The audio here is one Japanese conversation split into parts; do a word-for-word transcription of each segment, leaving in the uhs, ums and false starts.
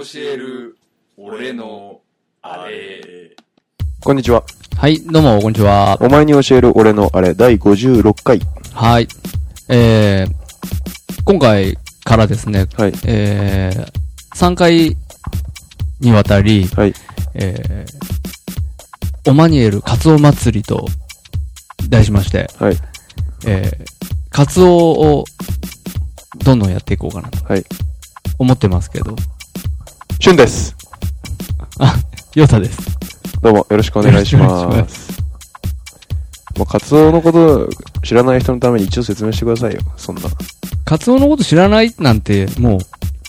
教える俺のあれ。 こんにちは。 はい、どうも、こんにちは。 お前に教える俺のあれ、だいごじゅうろっかい。 はい。えー、今回からですね、 はい。 えー、さんかいにわたり、 はい。 えー、オマニエルカツオ祭りと題しまして、 はい。 えー、カツオをどんどんやっていこうかなと。 はい。 思ってますけど。 しゅんです。 あ、ヨタです。 どうもよろしくお願いします。もうカツオのこと知らない人のために一応説明してくださいよ。そんな。 カツオのこと知らないなんて、もう。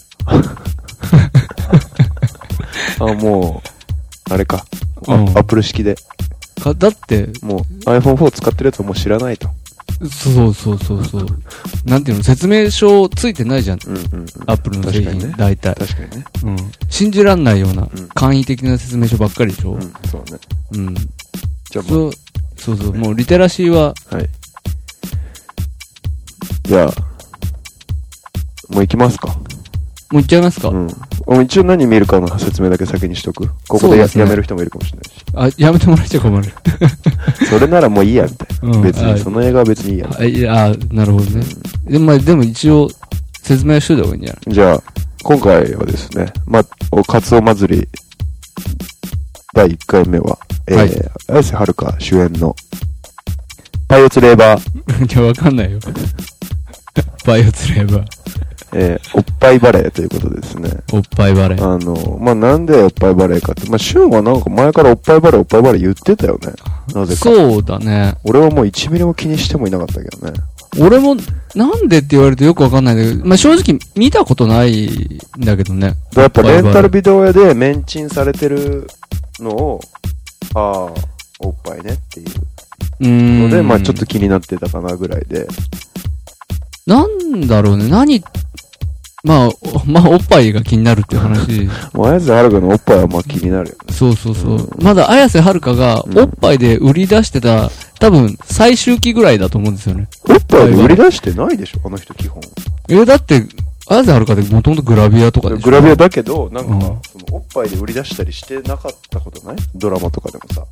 あ、もう、あれか。 うん、 アップル式で。 か、だって。 もう アイフォンフォー 使ってるやつはもう知らないと。 そうそうそうそう。なんていうの、説明書ついてないじゃん。 うんうんうん。 アップルの製品、ね、大体。 確かにね。 うん。信じらんないような、簡易的な説明書ばっかりでしょ。 うん、そうね。 うん。 じゃあもう。そうそうそう、もうリテラシーは。 はい。じゃあ、もう行きますか。 もう行っちゃいますか。 うん。一応何見るかの説明だけ先にしとく。ここで や,、ね、やめる人もいるかもしれないし。 あ、やめてもらっちゃ困る。 それならもういいや、みたいな。うん、別に、その映画は別にいいや。 あ、いや、なるほどね。うん、でも、まあ、でも一応、説明しといた方がいいんじゃない？ じゃあ、今回はですね、まあ、カツオ祭り、だいいっかいめは、えー、はい、綾瀬はるか主演の、パイオツレーバー。 いや、わかんないよ。パイオツレーバー。 えー、おっぱいバレーということですね。 おっぱいバレー。 あの、まあ、なんでおっぱいバレーかって、まあ、シュンはなんか前からおっぱいバレーおっぱいバレー言ってたよね。なぜか。 そうだね。 俺はもういちミリも気にしてもいなかったけどね。 俺も、なんでって言われるとよくわかんないんだけど、まあ、正直見たことないんだけどね。 やっぱレンタルビデオ屋でメンチンされてるのを、ああ、おっぱいねっていうので、まあちょっと気になってたかなぐらいで。 なんだろうね、何、まあ、まあ、おっぱいが気になるっていう話。 綾瀬はるかのおっぱいはまあ気になるよね。 そうそうそう。うん、まだ綾瀬はるかがおっぱいで売り出してた、多分最終期ぐらいだと思うんですよね。 おっぱいで売り出してないでしょ、あの人基本。 え、だって、綾瀬はるかでもともとグラビアとかでしょ。 グラビアだけど、なんか、うん、そのおっぱいで売り出したりしてなかったことない？ドラマとかでもさ。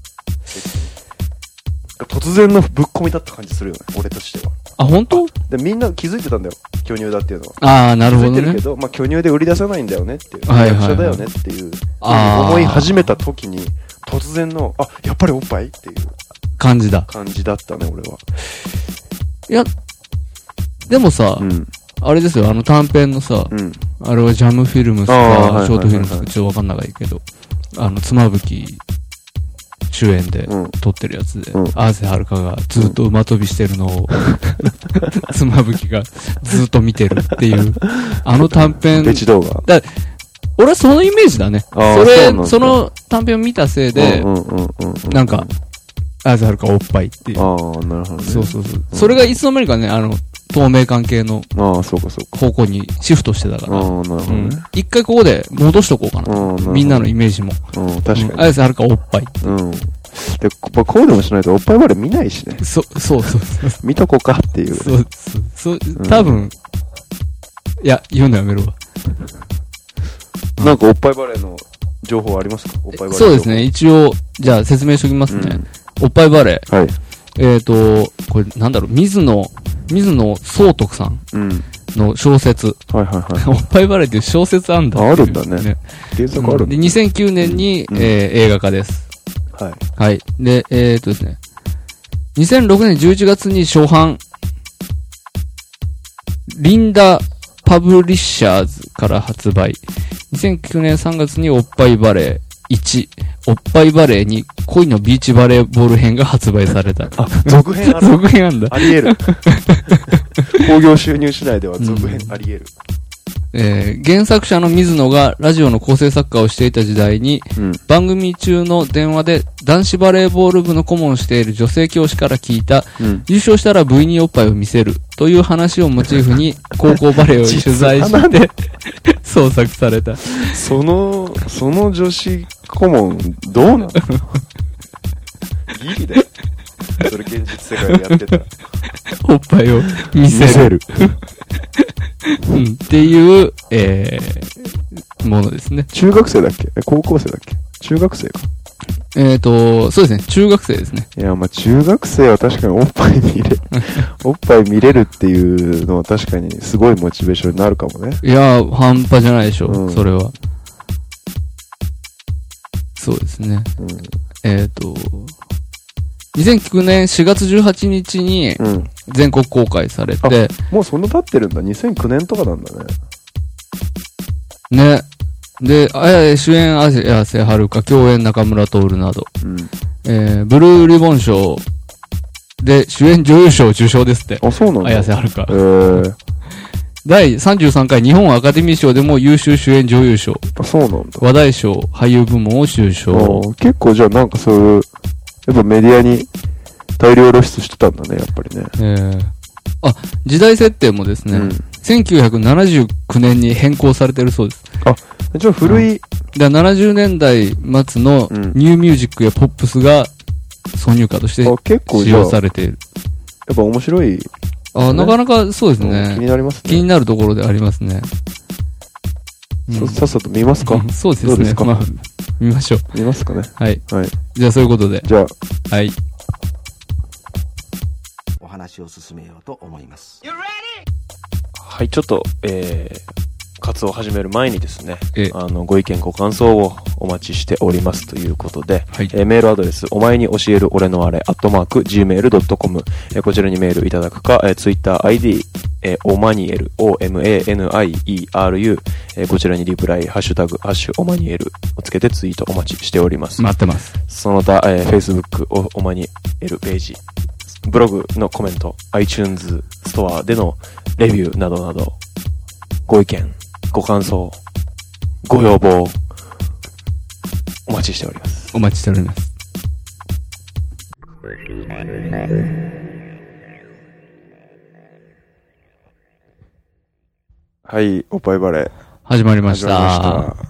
突然のぶっ込みだった感じするよね、俺としては。 あ、本当？ で、みんな気づいてたんだよ、巨乳だっていうのは。 ああ、なるほどね。 気づいてるけど、まあ巨乳で売り出さないんだよねっていう。 はいはいはい、 役者だよねっていう。思い始めた時に、突然の、あ、やっぱりおっぱいっていう。 感じだ。 感じだったね、俺は。 いや、でもさ、うん、あれですよ、あの短編のさ、うん、あれはジャムフィルムスか、ショートフィルムスか、ちょっとわかんないけど、あの、妻夫木主演で撮ってるやつで、綾瀬はるかがずっと馬跳びしてるのを、妻夫木がずっと見てるっていう、あの短編。 別動画。 だ俺はそのイメージだね。それ、そ, その短編を見たせいで、なんか、綾瀬はるかおっぱいっていう。 ああ、なるほどね。 そうそうそう。それがいつの間にかね、あの、透明関係の方向にシフトしてたから。 ああ、なるほどね。 一回ここで戻しとこうかな。みんなのイメージも。 うん、確かに。 綾瀬はるかおっぱい。 うん。で、こうでもしないとおっぱいバレー見ないしね。 そ、そうそうそう。 見とこかっていう。 そう、そう、多分、いや、言うのやめるわ。 なんかおっぱいバレーの情報ありますか？おっぱいバレー。 そうですね。一応、じゃあ説明しときますね。おっぱいバレー。 はい。 えっと、これなんだろう、水野、水野宗徳さんの小説。 うん、はいはいはい。 おっぱいバレーっていう小説あんだ、 ね。あるんだね。原作あるんだ、ね。 で、にせんきゅうねんに、うん、えー、映画化です。 はい。 はい。で、えー、っとですね。にせんろくねんじゅういちがつに初版、リンダパブリッシャーズから発売。にせんきゅうねんさんがつにおっぱいバレーいち、おっぱいバレーに恋のビーチバレーボール編が発売された。 あ、続編ある。 続編あんだ。 あり得る。興行収入次第では続編あり得る。 うん、えー、原作者の水野がラジオの構成作家をしていた時代に、うん、番組中の電話で男子バレーボール部の顧問をしている女性教師から聞いた、うん、優勝したら部員におっぱいを見せるという話をモチーフに高校バレーを取材して創作された。 その、その女子顧問どうなの？ギリだよ。それ現実世界でやってたら。 おっぱいを見せる。うん、っていう、えー、 ものですね。 中学生だっけ？え、高校生だっけ？中学生か。 えっと、そうですね。中学生ですね。 いや、まあ中学生は確かにおっぱい見れ、おっぱい見れるっていうのは確かにすごいモチベーションになるかもね。 いや、半端じゃないでしょ、うん、それは。そうですね。うん、えっと、にせんきゅうねんしがつじゅうはちにちに全国公開されて、 うん、もうそんな経ってるんだ。にせんきゅうねんとかなんだね。 ね。で、あや主演綾瀬はるか、共演中村徹など、うん、えー、ブルーリボン賞で主演女優賞受賞ですって。 あ、そうなんだ。 綾瀬はるか。 へー。 だいさんじゅうさんかい日本アカデミー賞でも優秀主演女優賞。 あ、そうなんだ。 話題賞、俳優部門を受賞。 結構じゃあなんかそういう、やっぱメディアに大量露出してたんだね、やっぱりね。 えー、あ、時代設定もですね、うん、せんきゅうひゃくななじゅうきゅうねんに変更されてるそうです。 あ、じゃあ古い。 だななじゅうねんだい末のニューミュージックやポップスが挿入歌として使用されている。 やっぱ面白い。 あ、なかなかそうですね。 気になりますね。 気になるところでありますね。 うん、さっさと見ますか？ そうですね。どうですか？まあ、見ましょう。 見ますかね。 はい。 はい。 じゃあそういうことで。 じゃあ。はい。 お話を進めようと思います。 はい、ちょっと、えー、活動を始める前にですね、あの、ご意見ご感想をお待ちしておりますということで、はい、えー、メールアドレス、お前に教える俺のあれ、アットマーク、ジーメールドットコム、えー、こちらにメールいただくか、えー、ツイッター アイディー、えー、オマニエル、オーエムエーエヌアイイーアールユー、えー、こちらにリプライ、ハッシュタグ、ハッシュオマニエルをつけてツイートお待ちしております。 待ってます。 その他、えー、Facebook お、オマニエルページ、ブログのコメント、iTunes ストアでのレビューなどなど、ご意見、ご感想、ご要望、お待ちしております。 お待ちしております。 はい、おっぱいバレー。 始まりました。始まりました。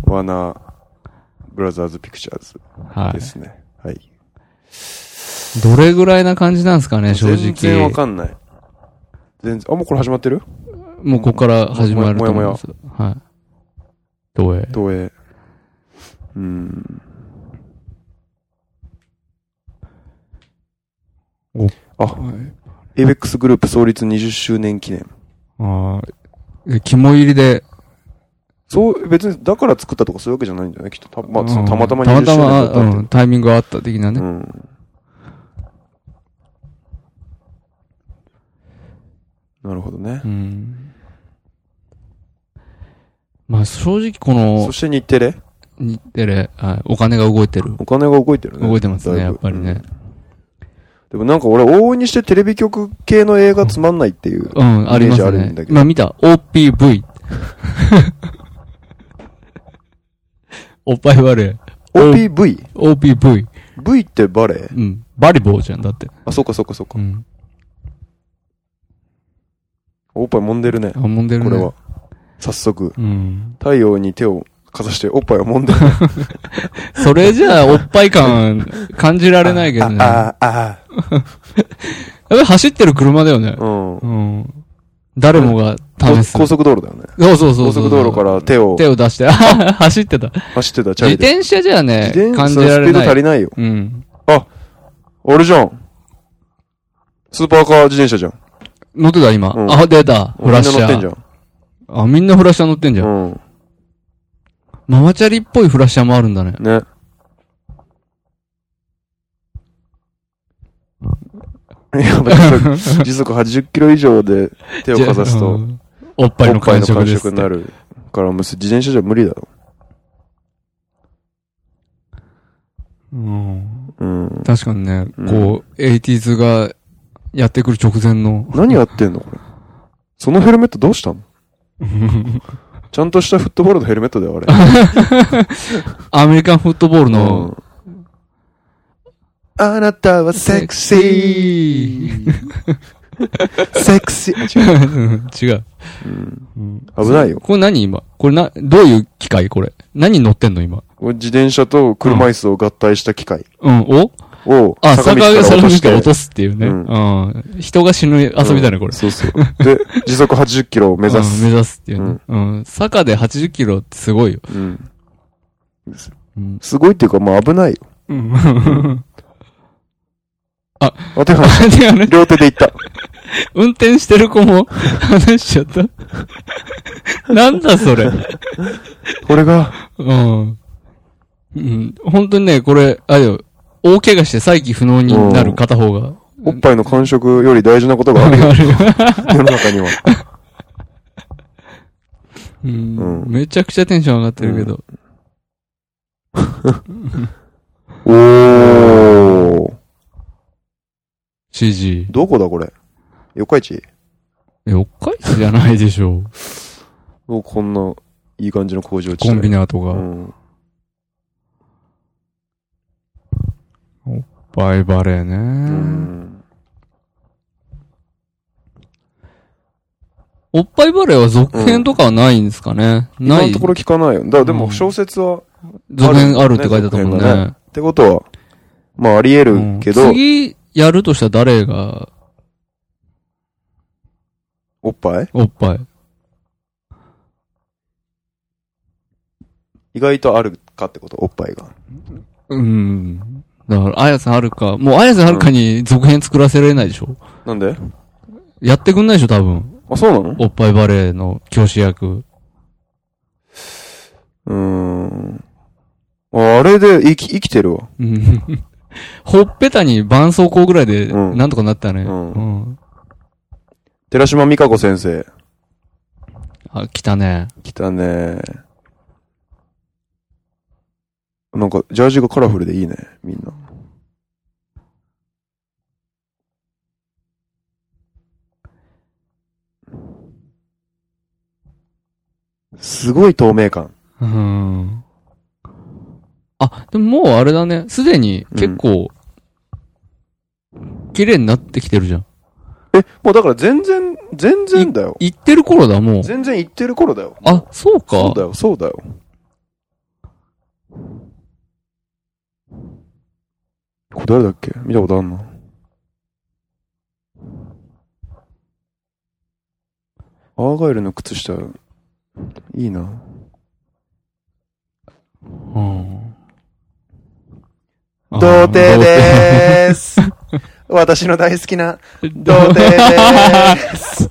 ワーナーブラザーズピクチャーズですね。はい。はい、 どれぐらいな感じなんですかね、正直。 全然わかんない。全然、あ、もうこれ始まってる？ もうここから始まると思います。もやもや。はい。東映。 東映。うーん。お、あ、はい、エイベックス グループ創立にじゅっしゅうねん記念。 ああ、え、肝入りで。 そう、別に、だから作ったとかそういうわけじゃないんだよね、きっと。た、まあ、たまたまにじゅっしゅうねんたまたま、うん、タイミングがあった的なね。 うん。なるほどね。 うん。まあ正直この、 そして日テレ日テレ、はい。お金が動いてる。 お金が動いてるね。 動いてますね、やっぱりね。うん、 でもなんか俺、往々にしてテレビ局系の映画つまんないっていう、 うん、ありますね。今見た オーピーブイ。おっぱいバレー。 オーピーブイ？ オーピーブイ。 V ってバレー？ うん。バリボーじゃん、だって。 あ、そっかそっかそっか。 うん。 おっぱい揉んでるね。 あ、揉んでるね。 これは。早速。 うん。 太陽に手をかざしておっぱいを揉んでる。 それじゃあ、おっぱい感、感じられないけどね。 ああ、ああ。 やっぱり走ってる車だよね。 うん。 うん。誰もが試す。 高速道路だよね。 そうそうそう。 高速道路から手を。 手を出して、走ってた。 走ってた、チャリで。自転車じゃね、 自転感じられない。 スピード足りないよ。 うん。 あ、あれじゃん。スーパーカー自転車じゃん。 乗ってた、今。うん、あ、出た。フラッシャー。 みんな乗ってんじゃん。 あ、みんなフラッシャー乗ってんじゃん。 うん。 ママチャリっぽいフラッシャーもあるんだね。 ね。いや、時速はちじゅっキロ以上で手をかざすと、 おっぱいの感触です。 おっぱいの感触になるから、自転車じゃ無理だろ。 うん。 うん。 確かにね、うん、こう、エイティーズがやってくる直前の。 何やってんのこれ。そのヘルメットどうしたのちゃんとしたフットボールのヘルメットだよ、あれ。 アメリカンフットボールの、うんあなたはセクシーセクシー違う、 うんうん。危ないよ。 これ何今これな、どういう機械これ何乗ってんの今。 自転車と車椅子を合体した機械。 うん、うん、おを、 あ、坂道から落とすっていうね。 うん。 うん、人が死ぬ遊びだね、これ。 そうそう。で、時速はちじゅっキロを目指す。 目指すっていうね。うん。坂ではちじゅっキロってすごいよ。うん。 すごいっていうか、まあ危ないよ。うん。あ、あ、手離ね。両手で行った。 運転してる子も話しちゃった。なんだそれ。 これが。 うん。うん。本当にね、これ、あれよ、大怪我して再起不能になる片方が。 おっぱいの感触より大事なことがあるよ。世の中には。 うん、うん。めちゃくちゃテンション上がってるけど。 うん、おー。 シージー。 どこだこれ。四日市？ 四日市じゃないでしょう。こんないい感じの工場地帯。コンビナートが。うん、おっぱいバレーね。うん、おっぱいバレーは続編とかはないんですかね、うん、ない。 今のところ聞かないよ。だからでも小説は、 うん、続編あるって書いてあったもんね。ねってことは、まああり得るけど。 うん、次やるとしたら誰がおっぱい？ おっぱい。 意外とあるかってこと？おっぱいが。 うん。だから、綾瀬はるか。もう綾瀬はるかに続編作らせられないでしょ、うん、 なんで？ やってくんないでしょ、多分。 あ、そうなの？ おっぱいバレーの教師役。 うーん。あれで生き、生きてるわ。 ほっぺたに絆創膏ぐらいで、なんとかなったね。うん。うん、 寺島美香子先生。 あ、来たね。 来たね。なんか、ジャージがカラフルでいいね、みんな。すごい透明感。 うん。あ、でももうあれだね。すでに結構、綺麗になってきてるじゃん。 え、もうだから全然、全然だよ。 行ってる頃だ、もう。 全然行ってる頃だよ。 あ、そうか。 そうだよ、そうだよ。これ誰だっけ？見たことあんの？アーガイルの靴下、いいな。うん。童貞でーす。私の大好きな童貞でーす。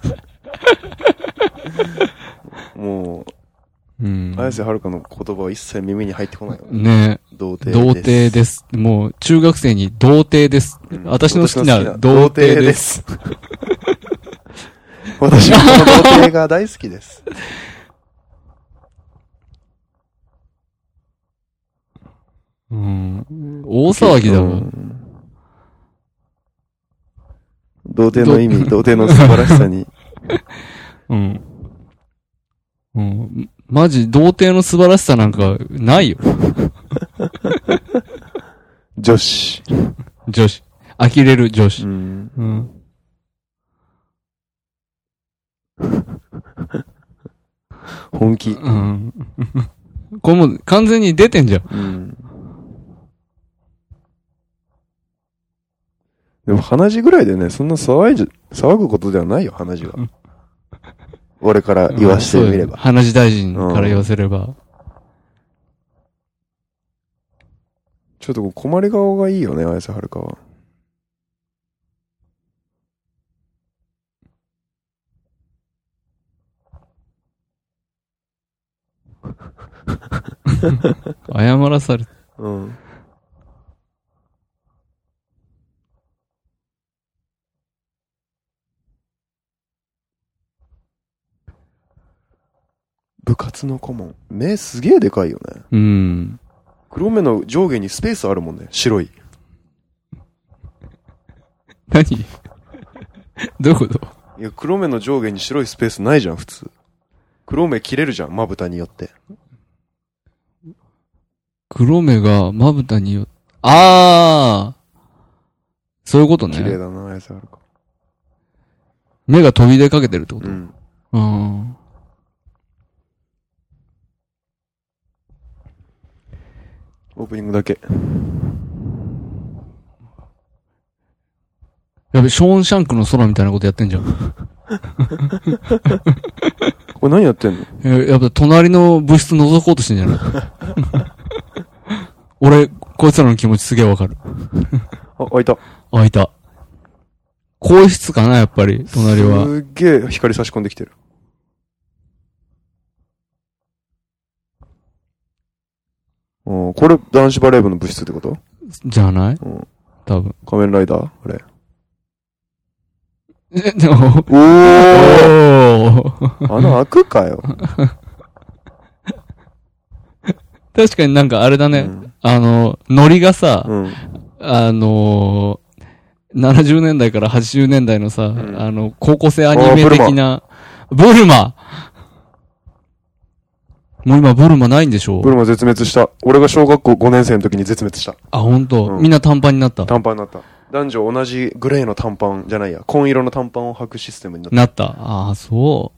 もう、うん、綾瀬はるかの言葉は一切耳に入ってこないよね。ね童貞です。 童貞です。もう、中学生に童貞です。うん、私の好きな童貞です。 私はこの童貞が大好きです。 うん、大騒ぎだもん。うん、 童貞の意味、童貞の素晴らしさに。 うん。うん。マジ、童貞の素晴らしさなんか、ないよ。 女子。 女子。呆れる女子。うん。うん、 本気。 うん。これもう完全に出てんじゃん。うん。 でも鼻血ぐらいでね、そんな騒いじ、騒ぐことではないよ、鼻血は。俺から言わしてみれば。 うん、鼻血大臣から言わせれば。うん、 ちょっと困り顔がいいよね、綾瀬はるかは。 謝らされた。 うん。部活の顧問。目すげえでかいよね。 うん。 黒目の上下にスペースあるもんね。白い。 何どういうこと？ いや、黒目の上下に白いスペースないじゃん、普通。黒目切れるじゃん、まぶたによって。 黒目がまぶたによって。あー。そういうことね。 綺麗だな、やつあるか。 目が飛び出かけてるってこと？うん。うん。 オープニングだけ。 やべ、ショーンシャンクの空みたいなことやってんじゃん。 これ何やってんの？ え、やっぱ隣の部室覗こうとしてんじゃない俺、こいつらの気持ちすげえわかる。 あ、開いた。 開いた。更衣室かな、やっぱり、隣は。 すっげえ光差し込んできてる。おこれ男子バレー部の部室ってこと？ じゃない？ うん。 多分。 仮面ライダーあれ。 え、でも、 おー穴開くかよ。 確かになんかあれだね。うん、あの、ノリがさ、うん、あのー、ななじゅうねんだいからはちじゅうねんだいのさ、うん、あの、高校生アニメ的な、ブルマもう今ブルマないんでしょ？ ブルマ絶滅した。俺が小学校ごねん生の時に絶滅した。 あ、ほんと、うん、みんな短パンになった。 短パンになった。男女同じグレーの短パンじゃないや。紺色の短パンを履くシステムになった。 なった。ああ、そう。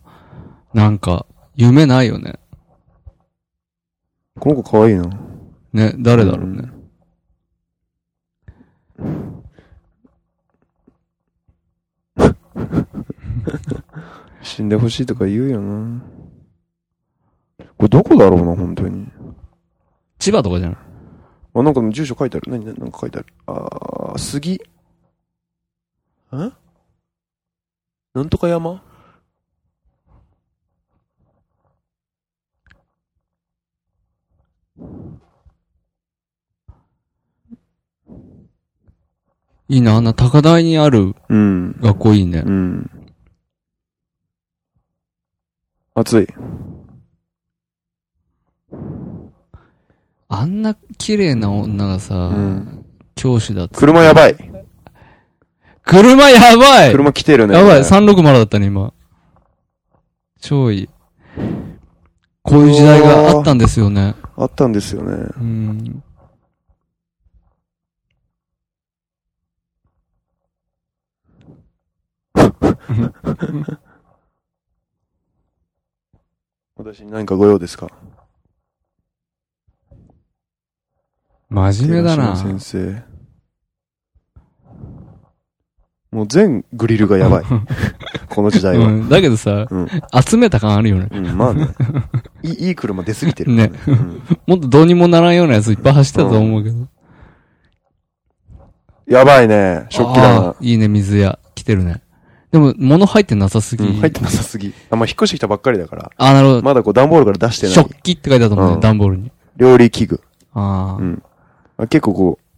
なんか、夢ないよね。 この子可愛いな。 ね、誰だろうね。 うん、死んでほしいとか言うよな。これどこだろうな、本当に。 千葉とかじゃない？ あ、なんか住所書いてある。何、何、なんか書いてある。あー、杉。ん？なんとか山？ いいな、あんな高台にある学校いいね。 うん。うん、暑い。 あんな綺麗な女がさ、うん、教師だって。 車やばい。 車やばい車来てるね。 やばい、さんろくまるだったね、今。超いい。こういう時代があったんですよね。 あったんですよね。 うん。 私に何かご用ですか？ 真面目だな。 先生。もう全グリルがやばい。この時代は。 うん、だけどさ、うん、集めた感あるよね。 うん、まあね。いい、いい車出すぎてるね。ね、うん。 もっとどうにもならんようなやついっぱい走ってたと思うけど。うん、 やばいね。食器だな。 いいね、水屋。来てるね。でも、物入ってなさすぎ、うん。 入ってなさすぎ。あ、まあ、引っ越してきたばっかりだから。 あ、なるほど。 まだこう段ボールから出してない。 食器って書いてあったもんね、うん、段ボールに。 料理器具。 ああ。 うん。あ、結構こう、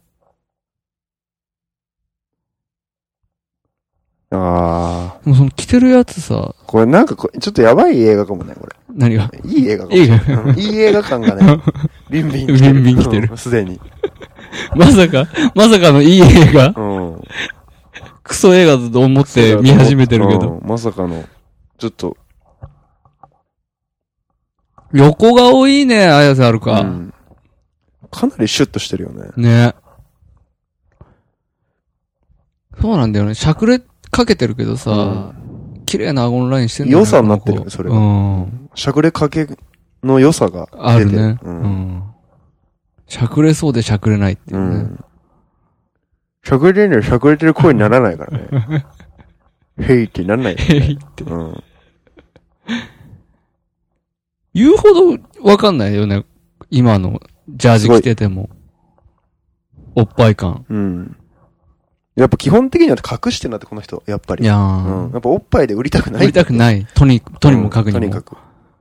ああ。 もうその着てるやつさ。 これなんかこちょっとやばい映画かもね、これ。 何が？ いい映画かもしれない。いい映画感がね、ビンビン来てる。 ビンビン来てる。 すでに。 まさか、まさかのいい映画？うん。クソ映画だと思って見始めてるけど。 うん、まさかの、ちょっと。 横顔いいね、綾瀬はるか。うん。 かなりシュッとしてるよね。 ね。そうなんだよね。しゃくれかけてるけどさ、うん、綺麗な顎のラインしてんだよね。 良さになってるよ、それは。うん。しゃくれかけの良さがあるね。うん。うん、しゃくれそうでしゃくれないっていうね。うん、 しゃくれてるのにしゃくれてる声にならないからね。ヘイってなんないよね。ヘイって。うん。 言うほどわかんないよね。今のジャージ着てても。おっぱい感。 うん。やっぱ基本的には隠してんなって、この人。やっぱり。 いやー。 うん。やっぱおっぱいで売りたくない。 売りたくない。とに、とにもかくにも。 とにかく。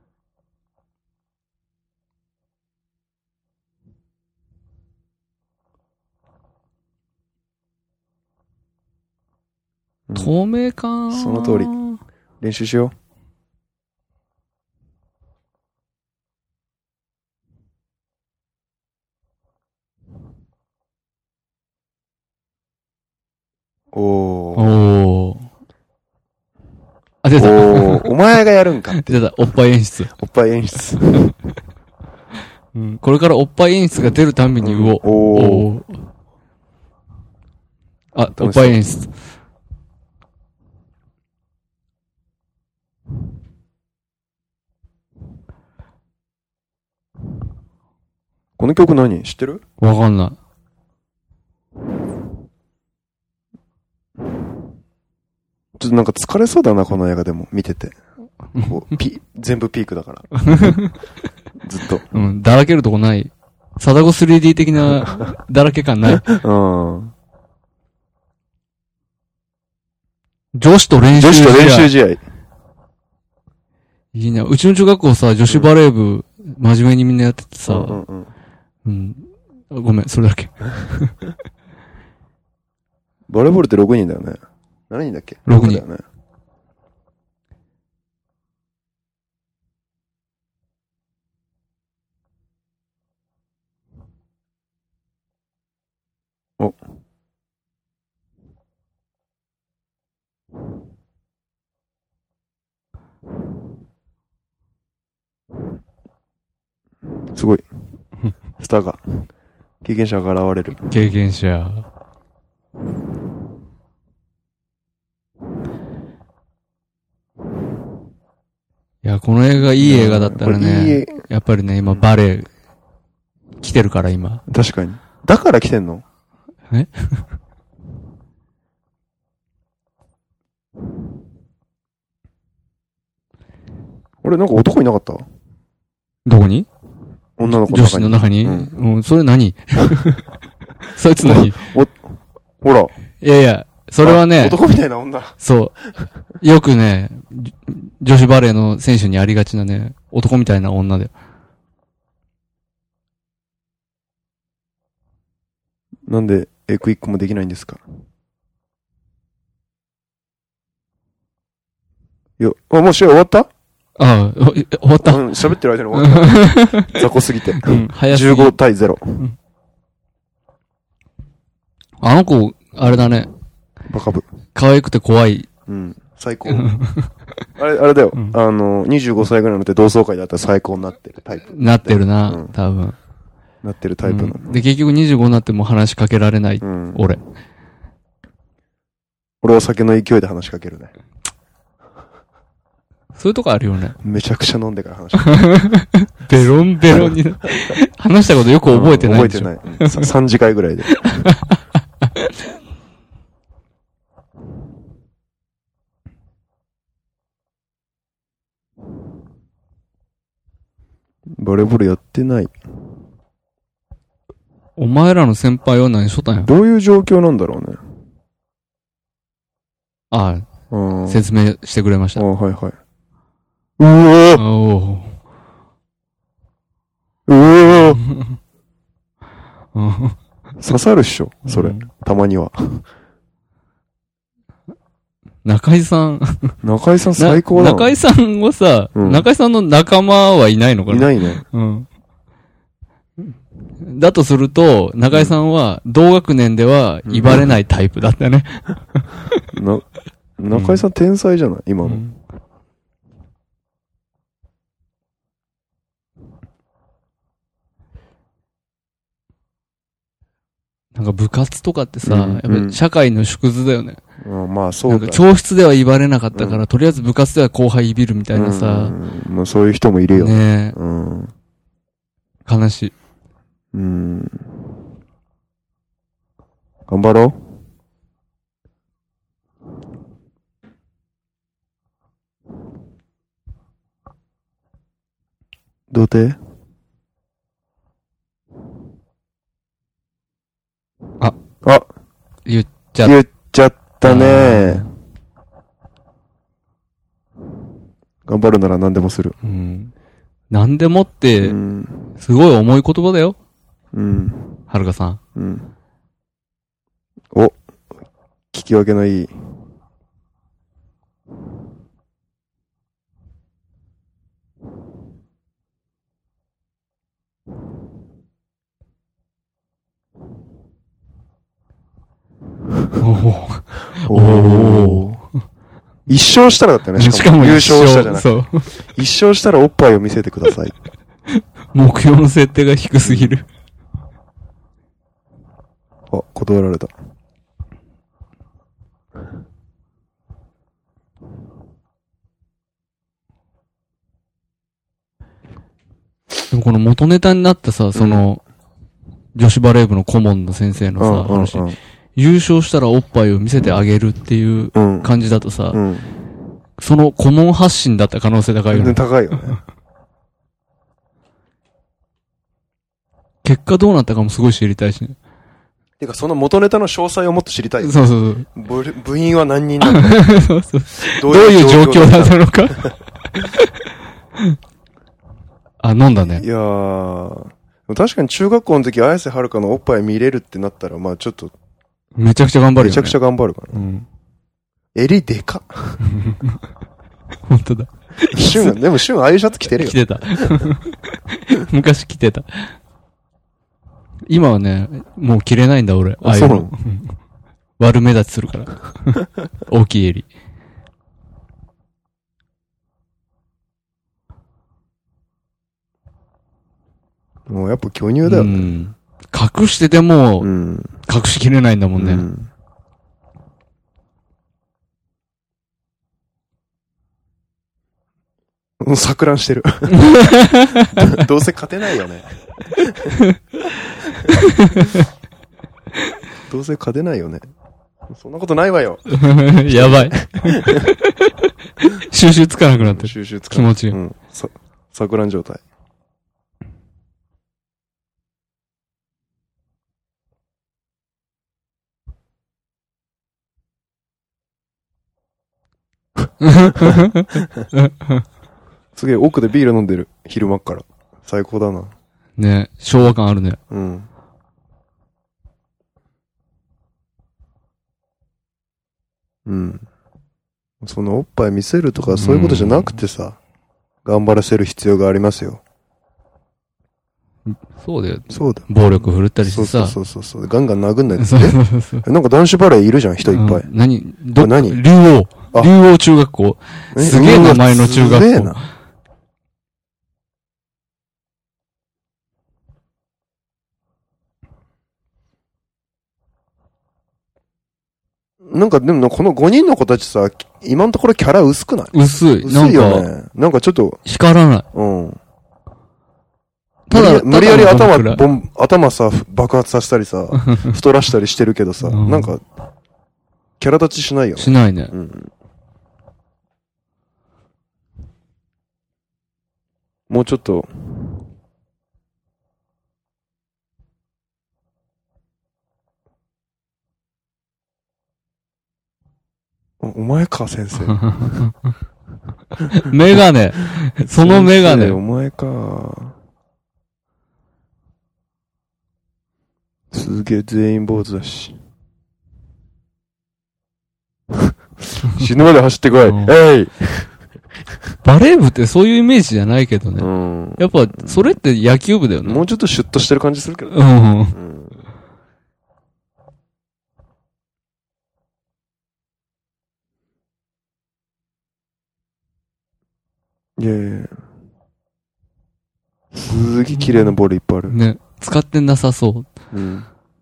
透明感。 その通り。練習しよう。おー。 おー。あ、出た。 おー。お前がやるんかって。 出た。おっぱい演出。 おっぱい演出。 うん。これからおっぱい演出が出るたんびに言おう。うん、おー。あ、おっぱい演出。 この曲何知ってる？ わかんない。 ちょっとなんか疲れそうだな、この映画でも、見てて。こうピ全部ピークだから。ずっと。 うん、だらけるとこない。サダゴ スリーディー 的な、だらけ感ない。うん。女子と練習試合。 女子と練習試合。 いいね。うちの中学校さ、女子バレー部、うん、真面目にみんなやっててさ、うんうんうん、うん。ごめん、それだけ。 バレーボールってろくにんだよね。何人だっけ ? ろく 人。だよね。 お。すごい。スターが、経験者が現れる。 経験者。いや、この映画いい映画だったらね、やっぱりね、今バレエ、来てるから今。 確かに。だから来てんの？ え俺なんか男いなかった？ どこに？ 女の子の中に。女子の中に？うん、うん、それ何？そいつ何？ お、ほら。 いやいや、それはね。 男みたいな女。 そう。よくね、女子バレーの選手にありがちなね、男みたいな女だよ。 なんで、エクイックもできないんですか？いや、あ、もう試合終わった？ ああ、終わった。 うん、喋ってる間に終わった。雑魚すぎて。うん、早すぎ。じゅうごたいゼロ。うん、 あの子、あれだね。 バカ部。 可愛くて怖い。 うん、最高。あれ、あれだよ。うん、あの、にじゅうごさいぐらいのって同窓会だったら最高になってるタイプ。 なってるな、うん、多分。 なってるタイプなの、 うん。で、結局にじゅうごになっても話しかけられない。うん、俺。 俺は酒の勢いで話しかけるね。 そういうとこあるよね。 めちゃくちゃ飲んでから話しかける。 ベロンベロンに。話したことよく覚えてないんでしょ、 うん、覚えてない。さんじかいぐらいで。バレーボールやってない。 お前らの先輩は何しとったんや？ どういう状況なんだろうね。 ああ、説明してくれました。 ああ、はいはい。うおーうおー刺さるっしょ、それ。たまには。 中井さん。 中井さん最高だ。 中井さんはさ、うん、中井さんの仲間はいないのかな？ いないね。 うん。だとすると、中井さんは同学年では威張れないタイプだったね。 な、中井さん天才じゃない？今の。うん、 なんか部活とかってさ、うん、やっぱり社会の縮図だよね。 うん、まあそうだ、ね。 なんか教室では言われなかったから、うん、とりあえず部活では後輩いびるみたいなさ。うん、 まあそういう人もいるよ。 ねえ。うん、悲しい。 うん。頑張ろう。童貞？ あ、 あ、 言っちゃった。 言っちゃったね。頑張るなら何でもする。 うん。何でもって、すごい重い言葉だよ。 うん。 はるかさん。 うん。お、聞き分けのいい。おおお一勝したらだったね。しかも優勝したじゃない。そう。一勝したらおっぱいを見せてください。 目標の設定が低すぎる。 あ、断られた。 でもこの元ネタになったさ、その、うん、女子バレー部の顧問の先生のさ、話、 優勝したらおっぱいを見せてあげるっていう感じだとさ、 うんうん、 その顧問発信だった可能性高いよね。 高いよね。 結果どうなったかもすごい知りたいしね。 てか、その元ネタの詳細をもっと知りたいよね。 そうそうそう。部員は何人なのかそうそう。どういう状況だったのかあ、飲んだね。 いやー、確かに中学校の時、綾瀬はるかのおっぱい見れるってなったら、まあちょっと。 めちゃくちゃ頑張るよね。 めちゃくちゃ頑張るから、ね。うん。襟でかっ。 本当だ。 シュン、でもシュンああいうシャツ着てるよ。 着てた。昔着てた。今はね、もう着れないんだ俺。ああいうの。悪目立ちするから。大きい襟。 もうやっぱ巨乳だよね。うん、 隠してても、うん、隠しきれないんだもんね。うんもう錯乱してる。どうせ勝てないよね。どうせ勝てないよね。そんなことないわよ。 やばい。収集つかなくなってる。 収集つかない。 気持ちいい。うん。 さ、錯乱状態。すげえ奥でビール飲んでる。昼間っから。最高だな。 ね、昭和感あるね。 うん。うん。そのおっぱい見せるとかそういうことじゃなくてさ、頑張らせる必要がありますよ。 そうだよ。 そうだよ。 暴力振るったりしてさ。 そうそうそうそう。ガンガン殴んないでね。なんか男子バレーいるじゃん、人いっぱい。 うん、何ど、 何竜王。竜王中学校。すげえ名前の中学校。すげえな。 なんかでもこのごにんの子たちさ、今のところキャラ薄くない？ 薄い。 薄いよね。なんかちょっと。 光らない。 うん。ただ、無理やり頭、ボン、頭さ、爆発させたりさ、太らしたりしてるけどさ、うん、なんか、キャラ立ちしないよね。 しないね。 うん。もうちょっと、お, お前か、先生。 メガネ。そのメガネ。 お前か。すげえ全員坊主だし。死ぬまで走ってこい。うん、えいバレー部ってそういうイメージじゃないけどね。うん、やっぱ、それって野球部だよね。 もうちょっとシュッとしてる感じするけどね。 うん。うんいやいやすげえ綺麗なボールいっぱいある。 ね。使ってなさそう。うん。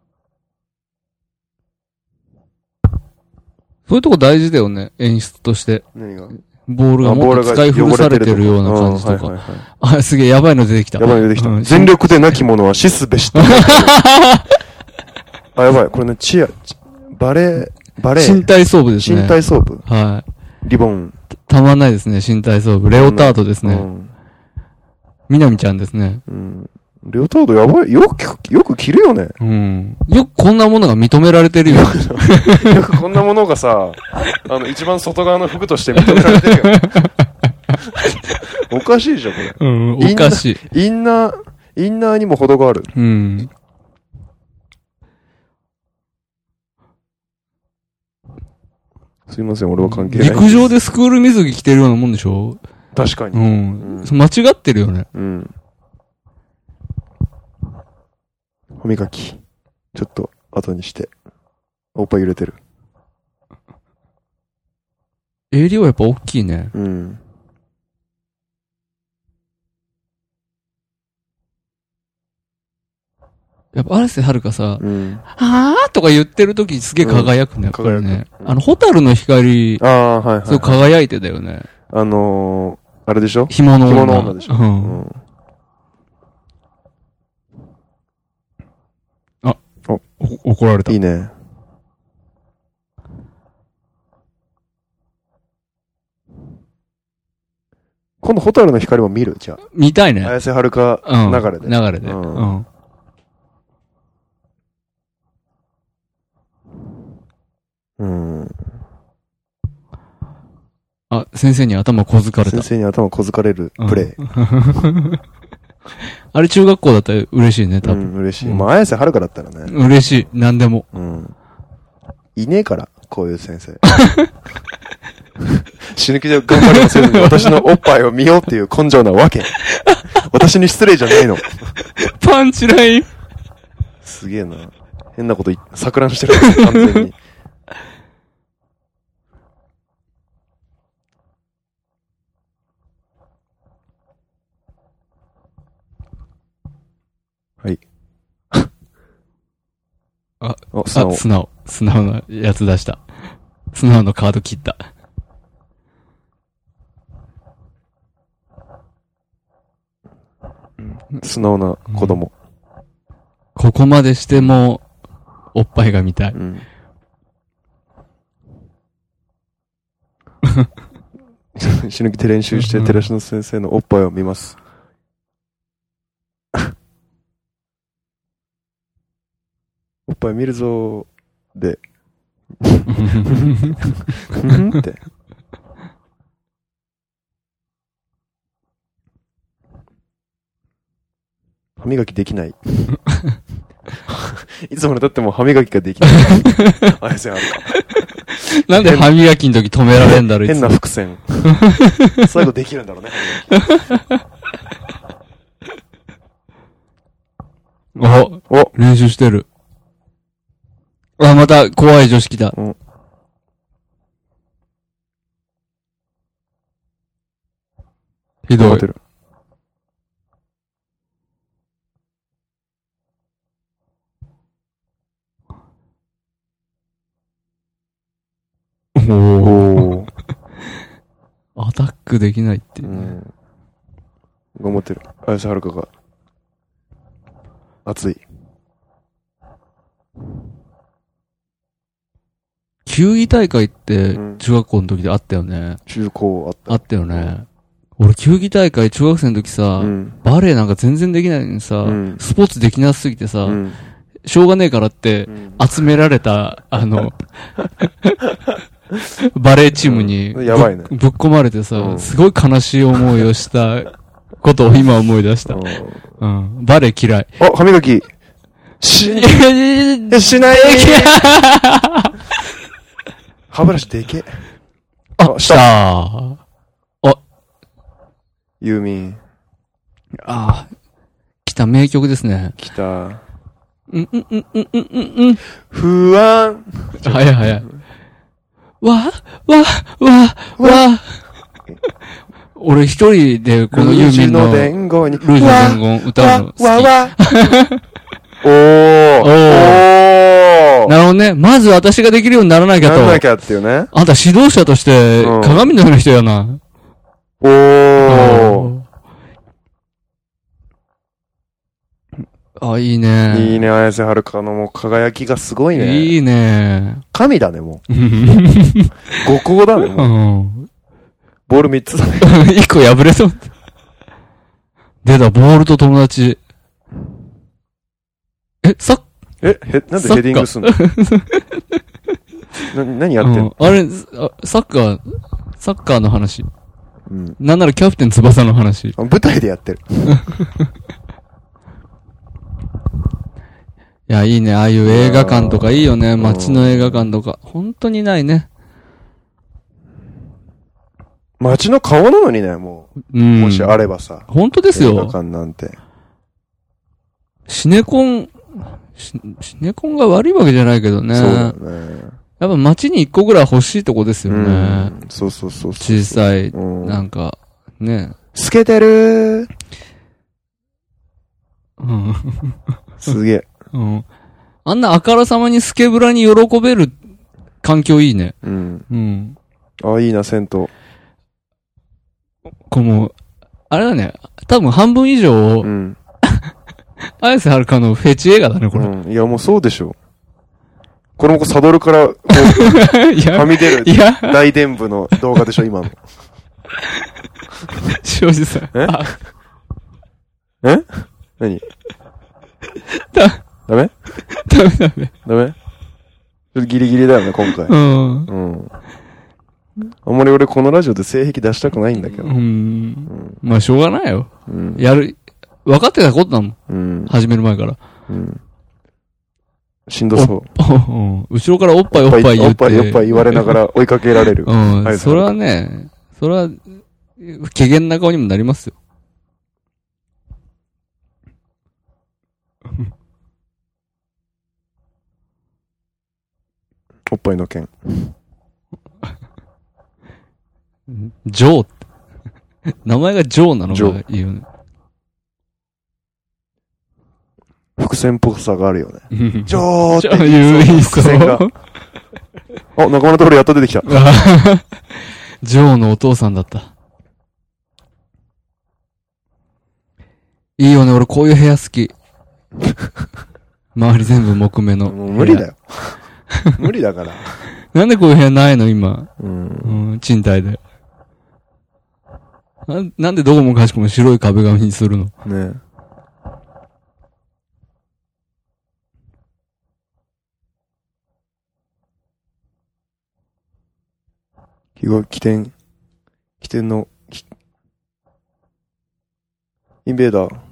そういうとこ大事だよね。演出として。 何がボールがもっと使い古されてるような感じとか。あ、すげえやばいの出てきた。 やばいの出てきた。うん、全力でなき者は死すべし。あ、やばい。これね、チア、バレー、バレー。 身体操部ですね。 身体操部。 はい。 リボン。 たまんないですね、身体操部。レオタードですね。うん、みなみちゃんですね。 うん。レオタードやばい。よく、よく着るよね。 うん。よくこんなものが認められてるよ。 よくこんなものがさ、あの、一番外側の服として認められてるよ。おかしいじゃん、これ。 うん、おかしい。インナー、インナーにも程がある。 うん。 すいません、俺は関係ない。 陸上でスクール水着着てるようなもんでしょ？ 確かに。 うん。うん、間違ってるよね。 うん。歯磨き。ちょっと後にして。おっぱい揺れてる。 襟はやっぱ大きいね。 うん。 やっぱ綾瀬はるかさ、うん、はぁーとか言ってる時すげえ輝くね、うん、やっぱりね。うん、あの、ホタルの光、 ああ、はいはい、はい。 そう輝いてたよね。 あのー、あれでしょ？ ひもの女。 ひもの女でしょ。うん。うん、 あ、お、怒られた。 いいね。 今度、ホタルの光も見るじゃあ。 見たいね。 綾瀬はるか流れで。 うん、流れで。うん。うん、 うん。 あ、先生に頭こづかれた。 先生に頭こづかれるプレイ。うん、 あれ中学校だったら嬉しいね、多分。 うん、嬉しい。うん、まあ、綾瀬はるかだったらね。 嬉しい。何でも。 うん。いねえから、こういう先生。死ぬ気で頑張りもせずに私のおっぱいを見ようっていう根性なわけ。私に失礼じゃねえの。 パンチライン。 すげえな。変なこと言、錯乱してる。完全に。はい。 あ、あ、素直。素直。素直なやつ出した。素直のカード切った。 素直な子供、 うん。ここまでしても、おっぱいが見たい。うん、 死ぬ気で練習して、寺島先生のおっぱいを見ます。おっぱい見るぞーで。って。歯磨きできない。いつまで経っても歯磨きができない。綾瀬はるか。 なんで歯磨きの時止められんだろう、 変な伏線。最後できるんだろうね、 お、お、練習してる。あ、また怖い女子来た。うん、ひどい。おー。アタックできないっていう、ね。うん。 頑張ってる。綾瀬はるかが。熱い。 球技大会って、中学校の時であったよね。うん、 中高あった。 あったよね。俺、球技大会、中学生の時さ、うん、バレエなんか全然できないのにさ、うん、スポーツできなすぎてさ、うん、しょうがねえからって、集められた、あの、バレエチームにぶ、うんやばいね、ぶっ込まれてさ、うん、すごい悲しい思いをしたことを今思い出した。うん。うん、バレエ嫌い。 あ、歯磨き。し、しない歯ブラシでけ。 あ、したー。あ、 ユーミン。 ああ、来た名曲ですね。 来た。うんうんうんうんうんうんうん。 不安。 早い早い。わ、わ、わ、わ。俺一人でこのユーミンのルージュの伝言に、ルージュの伝言歌うの好き。わ、わ、わ。 おー。おー。 なるほどね。まず私ができるようにならなきゃと。 ならなきゃっていうね。 あんた指導者として、鏡のような人やな。うん、 おー。 あ、いいね。 いいね、綾瀬はるかのもう輝きがすごいね。 いいね。 神だね、もう。五行だね、もう。うん、ボール三つだね。 一個破れそう。出た、ボールと友達。え、サッ、 え、へ、なんでヘディングすんのな、何やってんの、 うん、あれあ、サッカー、サッカーの話。うん。なんならキャプテン翼の話。 舞台でやってる。 いや、いいね。ああいう映画館とかいいよね。街の映画館とか。本当にないね。 街の顔なのにね、もう。うん。もしあればさ。 本当ですよ。 映画館なんて。 シネコン、シネコンが悪いわけじゃないけどね。 そうだね。 やっぱ街に一個ぐらい欲しいとこですよね。うん、 そうそうそうそう。 小さい、なんか、ね。 透けてるー。うん。すげえ。 うん。あんなあからさまにスケブラに喜べる環境いいね。うん。うん。 あ、いいな、銭湯。 この、あれだね、多分半分以上、うん。綾瀬はるかのフェチ映画だね、これ。 うん。いや、もうそうでしょ。これもサドルから、こう、はみ出る大伝部の動画でしょ、今の。 しおじさん。 ええ何だ、 ダメダメダメ。 ダメちょっとギリギリだよね、今回。 うん。 うん。あんまり俺このラジオで性癖出したくないんだけど。 うん。うん、まあしょうがないよ。 うん。 やる、分かってたことだもん。 うん。 始める前から。 うん。しんどそう。 うん。後ろからおっぱいおっぱい言って。 おっぱいおっぱい言われながら追いかけられる。 うん。はい、それはね、それは、怪げな顔にもなりますよ。 おっぱいの件。 ジョーって。名前がジョーなのがいいよね。 伏線っぽさがあるよね。ジョーって言う伏線が。 あ、仲間のところやっと出てきた。 ジョーのお父さんだった。いいよね、俺こういう部屋好き。周り全部木目の。 もう無理だよ。無理だから。 なんでこういう部屋ないの今。 うん。 うん、賃貸で。な、なんでどこもかしこも白い壁紙にするのねえ。日が起点、起点の、インベーダー。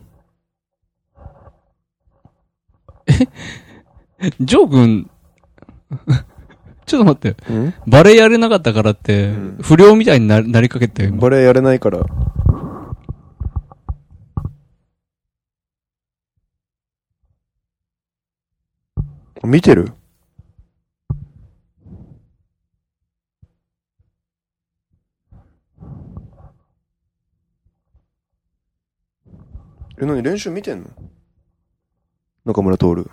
えジョー君、ちょっと待って。 んバレエやれなかったからって、うん、不良みたいになり、なりかけてバレエやれないから。見てる？え、何練習見てんの？中村徹。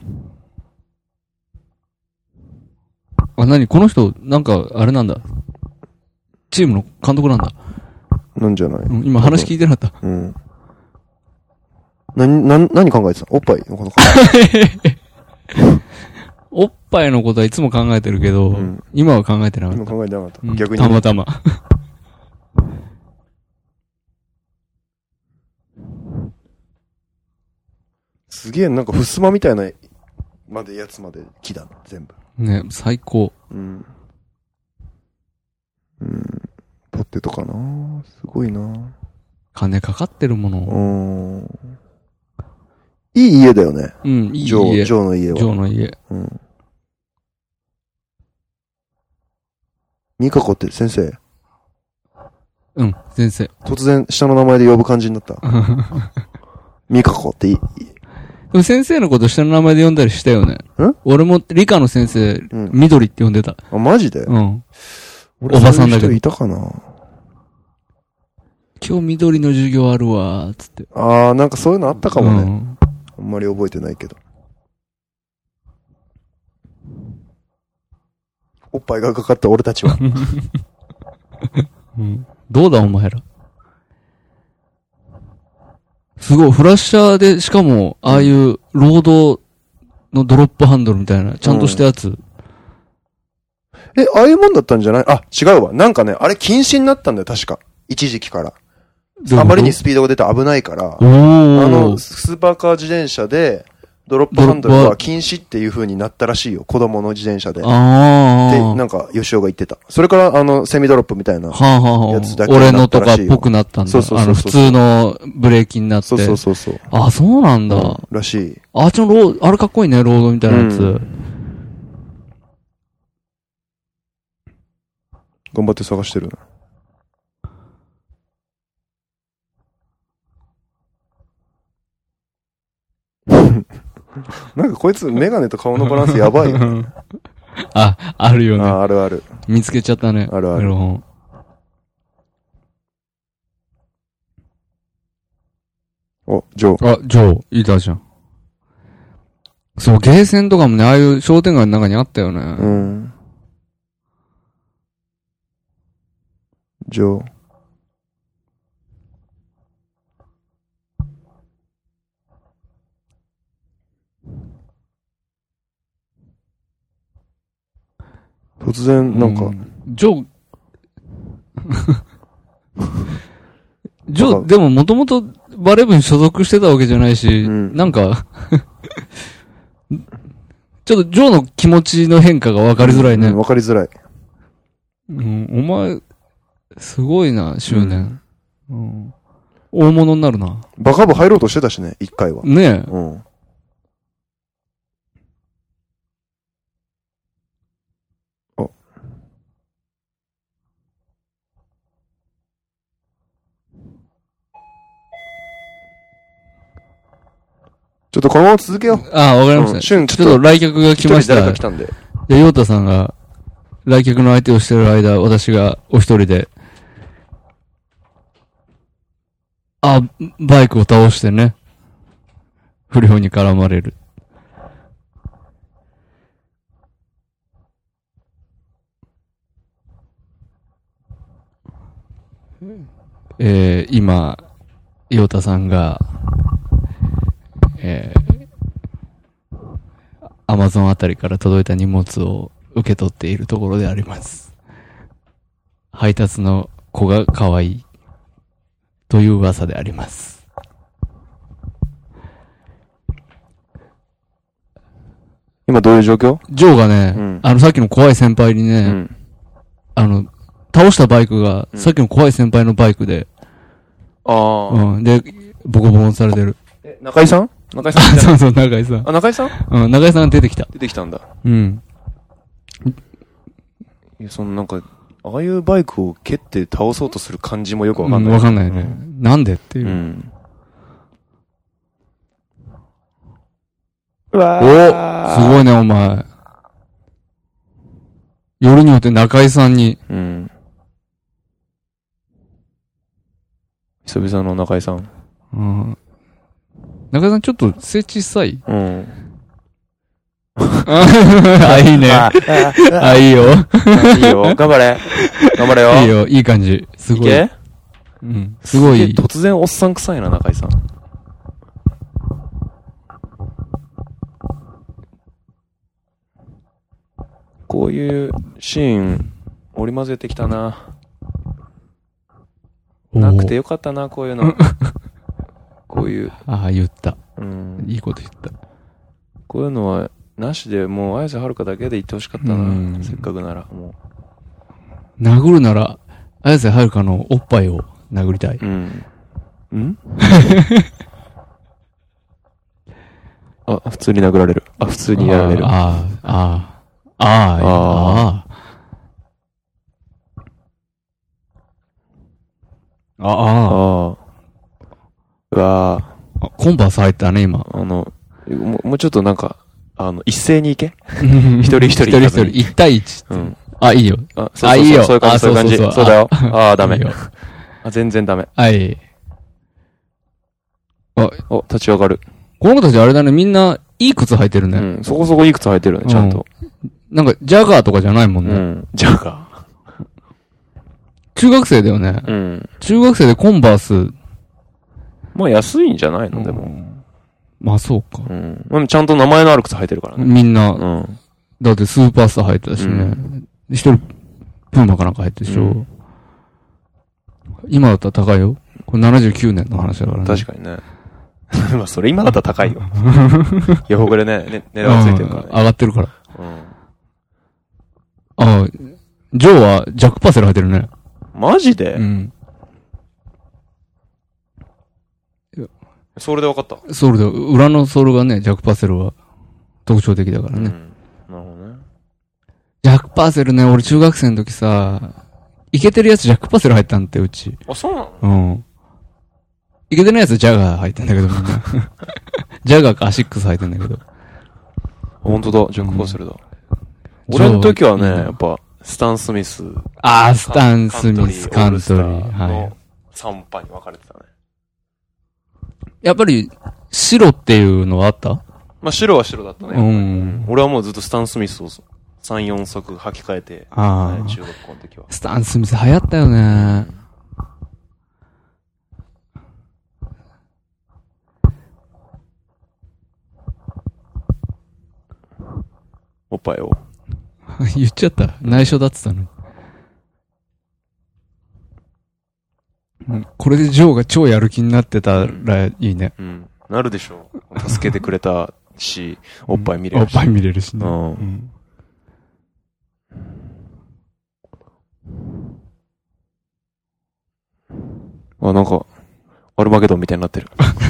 あ、何この人、なんか、あれなんだ。チームの監督なんだ。 なんじゃない、 うん、今話聞いてなかった。 うん。な、な、何考えてた？おっぱいのこと考えてたおっぱいのことはいつも考えてるけど、うん、今は考えてなかった。 今考えてなかった。 うん、 逆に。 たまたま。 すげえ、なんか、ふすまみたいな、までやつまで木だな、全部。 ね、最高。 うん。うん。ポテトかな？すごいな。 金かかってるもの。 うん。いい家だよね。 うん、いい家。 ジョー、ジョーの家は。 ジョーの家。 うん。ミカコって先生？ うん、先生。 突然下の名前で呼ぶ感じになった。ミカコっていい。 でも先生のこと下の名前で呼んだりしたよね。 ん？ 俺も理科の先生、うん、緑って呼んでた。 あ、マジで？ うん。 おばさんだけど。いたかな？ 今日緑の授業あるわー、つって。 あー、なんかそういうのあったかもね。うん、あんまり覚えてないけど。おっぱいがかかった俺たちは。 うん、どうだお前ら。すごい、フラッシャーで、しかも、ああいうロードのドロップハンドルみたいな、ちゃんとしたやつ。うん、 え、ああいうもんだったんじゃない？あ、違うわ。なんかね、あれ禁止になったんだよ、確か。一時期から。あまりにスピードが出て危ないから、あの、スーパーカー自転車で、ドロップハンドルは禁止っていう風になったらしいよ。子供の自転車で。 あで、なんか、吉尾が言ってた。それから、あの、セミドロップみたいなやつだけになったらしいよ。俺のとかっぽくなったんだ。 そうそうそうそう。 あの、普通のブレーキになって。 そうそうそうそう。 あ、そうなんだ。うん、 らしい。 あっちのロー、あれかっこいいね、ロードみたいなやつ。うん、 頑張って探してるな。なんかこいつメガネと顔のバランスやばいよね。 あ、あるよね。 あ、あるある。 見つけちゃったね。 あるある。お、ジョー。 あ、ジョー、いたじゃん。そう、ゲーセンとかもね、ああいう商店街の中にあったよね。 うん。ジョー。突然、なんか、うん、 ジョー、 ジョー、でももともとバレー部に所属してたわけじゃないし、うん、なんか、ちょっとジョーの気持ちの変化が分かりづらいね。 うん、分かりづらい。 うん、お前、すごいな、執念。うん。うん、大物になるな。 バカ部入ろうとしてたしね、一回は。 ねえ。うん。 あ。ちょっとこのまま続けよう。 ああ、わかりました。うん、 ちょっと来客が来ました。 誰か来たんで。 で、ヨータさんが、来客の相手をしてる間、私がお一人で、あ、バイクを倒してね、不良に絡まれる。えー、今、ヨータさんが、えー、アマゾンあたりから届いた荷物を受け取っているところであります。配達の子が可愛いという噂であります。 今どういう状況？ ジョーがね、うん、あのさっきの怖い先輩にね、うん、あの、倒したバイクが、うん、さっきの怖い先輩のバイクで、 ああ。 うん。で、ボコボコにされてる。 え、中井さん？中井さんそうそう、中井さん。 あ、中井さん？ うん、中井さんが出てきた。 出てきたんだ。 うん。 いや、そのなんか、ああいうバイクを蹴って倒そうとする感じもよくわかんない。 わ、うん、かんないね、うん。なんでっていう。うん。 うわー。お、すごいね、お前。夜によって中井さんに。 うん。久々の中井さん。 うん。中井さんちょっと背小さい。 うん。 あ、いいね。あ、いいよ。 いいよ。頑張れ。頑張れよ。 いいよ。いい感じ。すごい。いけ？うん。すごい。 突然おっさん臭いな、中井さん。こういうシーン、織り交ぜてきたな。なくてよかったな、こういうの。こういう。 ああ、言った。 うん。 いいこと言った。 こういうのは、なしで、もう、綾瀬はるかだけで言ってほしかったな。せっかくなら、もう。殴るなら、綾瀬はるかのおっぱいを殴りたい。 うん。んあ、普通に殴られる。あ、普通にやられる。 ああ、ああ、ああ、ああ。ああ。 ああ。うわあ。コンバース入ったね、今。 あの、もう、もうちょっとなんか、あの、一斉に行け一人一人。 一人一人。一対一。 うん。 あ、いいよ。 あ、そうそうそう。あ、いいよ。そういう感じ、そういう感じ。そうだよ。ああ、ダメ。あ、全然ダメ。 はい。 あ、お、立ち上がる。 この子たちあれだね、みんな、いい靴履いてるね。 うん、そこそこいい靴履いてるね、ちゃんと。 なんか、ジャガーとかじゃないもんね。 うん、ジャガー。 中学生だよね。 うん。 中学生でコンバース。 まあ安いんじゃないの、でも。 まあそうか。 うん。でもちゃんと名前のある靴履いてるからね。 みんな。 うん。 だってスーパースター履いてたしね。一人、プーマかなんか入ってるでしょ。今だったら高いよ。これななじゅうきゅうねんの話だからね。 確かにね。まあそれ今だったら高いよ。横暮れね、ね、値段がついてるからね。 上がってるから。 うん。 ああ、ジョーはジャックパセル履いてるね。 マジで？ うん。 ソールで分かった。 ソールで、裏のソールがね、ジャックパセルは特徴的だからね。うん。 なるほどね。 ジャックパセルね、俺中学生の時さ、イケてるやつジャックパセル入ったんって、うち。 あ、そうなの？ うん。イケてないやつジャガー入ってんだけど、みんな。ジャガーかアシックス入ってんだけど。 ほんとだ、ジャックパセルだ。うん、俺の時はね、やっぱ、スタン・スミス。 ああ、スタン・スミス、カントリー。はい。 さんパに分かれてたね。 やっぱり、白っていうのはあった？ まあ、白は白だったね。 うん。 俺はもうずっとスタン・スミスをさん、よん足履き替えて、 ああ、 ね、中学校の時は。 スタン・スミス流行ったよね。 おっぱいを。 言っちゃった。内緒だってたの。 うん、これでジョーが超やる気になってたらいいね。 うん。うん、なるでしょう。助けてくれたし、おっぱい見れるし。 おっぱい見れるしね。 うん。うんあ、なんか、アルマゲドンみたいになってる。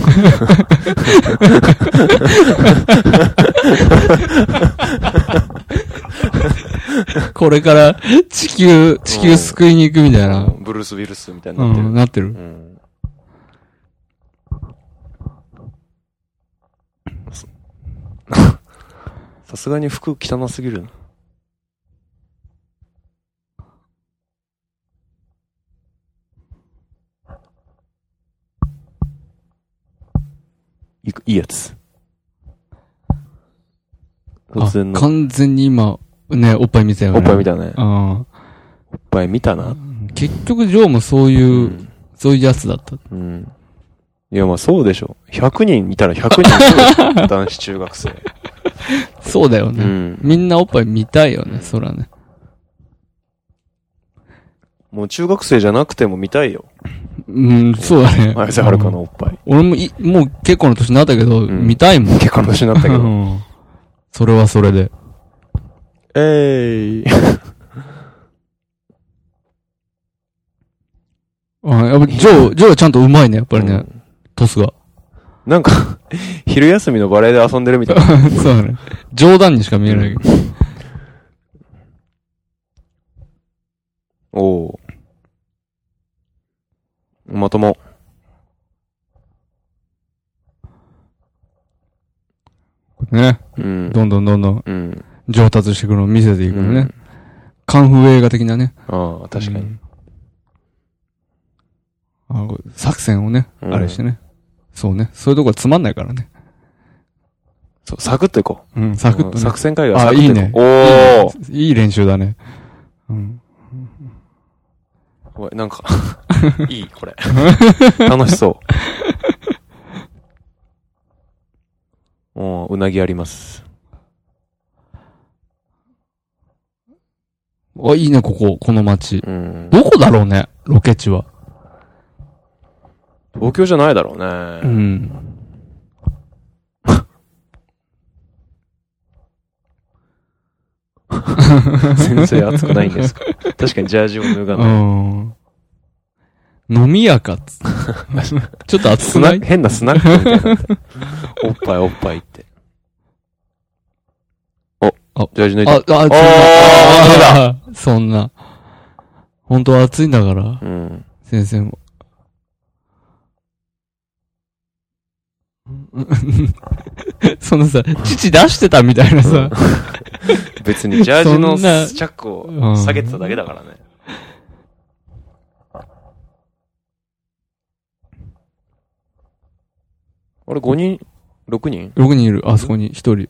これから地球、地球救いに行くみたいな。 うん、ブルース・ウィルスみたいになってる。 うん、なってる。うん、 さすがに服汚すぎるな。いいやつ。 突然の。完全に今、ね、おっぱい見たよね。 おっぱい見たね。 うん。 おっぱい見たな。 結局、ジョーもそういう、うん、そういうやつだった。 うん。いや、まあそうでしょ。ひゃくにんいたらひゃくにんそうでしょ。男子中学生。 そうだよね。うん、みんなおっぱい見たいよね、うん、そらね。 もう中学生じゃなくても見たいよ。 うん、そうだね。 綾瀬はるかのおっぱい。 俺もい、もう結構の年になったけど、うん、見たいもん。 結構の年になったけど。うん、 それはそれで。 えい、ー。 あ、やっぱジョー、ジョーはちゃんと上手いね、やっぱりね。うん、トスが。 なんか、昼休みのバレエで遊んでるみたいな。 そうだね。冗談にしか見えないけど。 おお。まとも。 ね。うん。どんどんどんどん。うん。上達していくのを見せていくのね。うん、カンフー映画的なね。 ああ、確かに。うん、 あ作戦をね、うん、あれしてね。そうね。そういうとこはつまんないからね。 そう、サクッといこう。うん、サクッと、ね。 作戦会議はサクッといこう。 あ、いいね。 おお、 いい、いい練習だね。うん。 おい、なんか、いい、これ。楽しそう。おうなぎあります。 あ、いいね、ここ、この街。うん、どこだろうね、ロケ地は。 東京じゃないだろうね。うん。先生熱くないんですか？確かにジャージを脱がない。うん。 飲み屋かっつちょっと熱くない変なスナックみたいな。おっぱいおっぱいって。お、あ、ジャージ脱いだ。あ、あ、 あ、あ、そんな。本当は暑いんだから。うん。先生も。そのさ、父出してたみたいなさ。 別にジャージのチャックを下げてただけだからね。あれごにん ?ろく 人 ?ろく 人いる。あそこにひとり。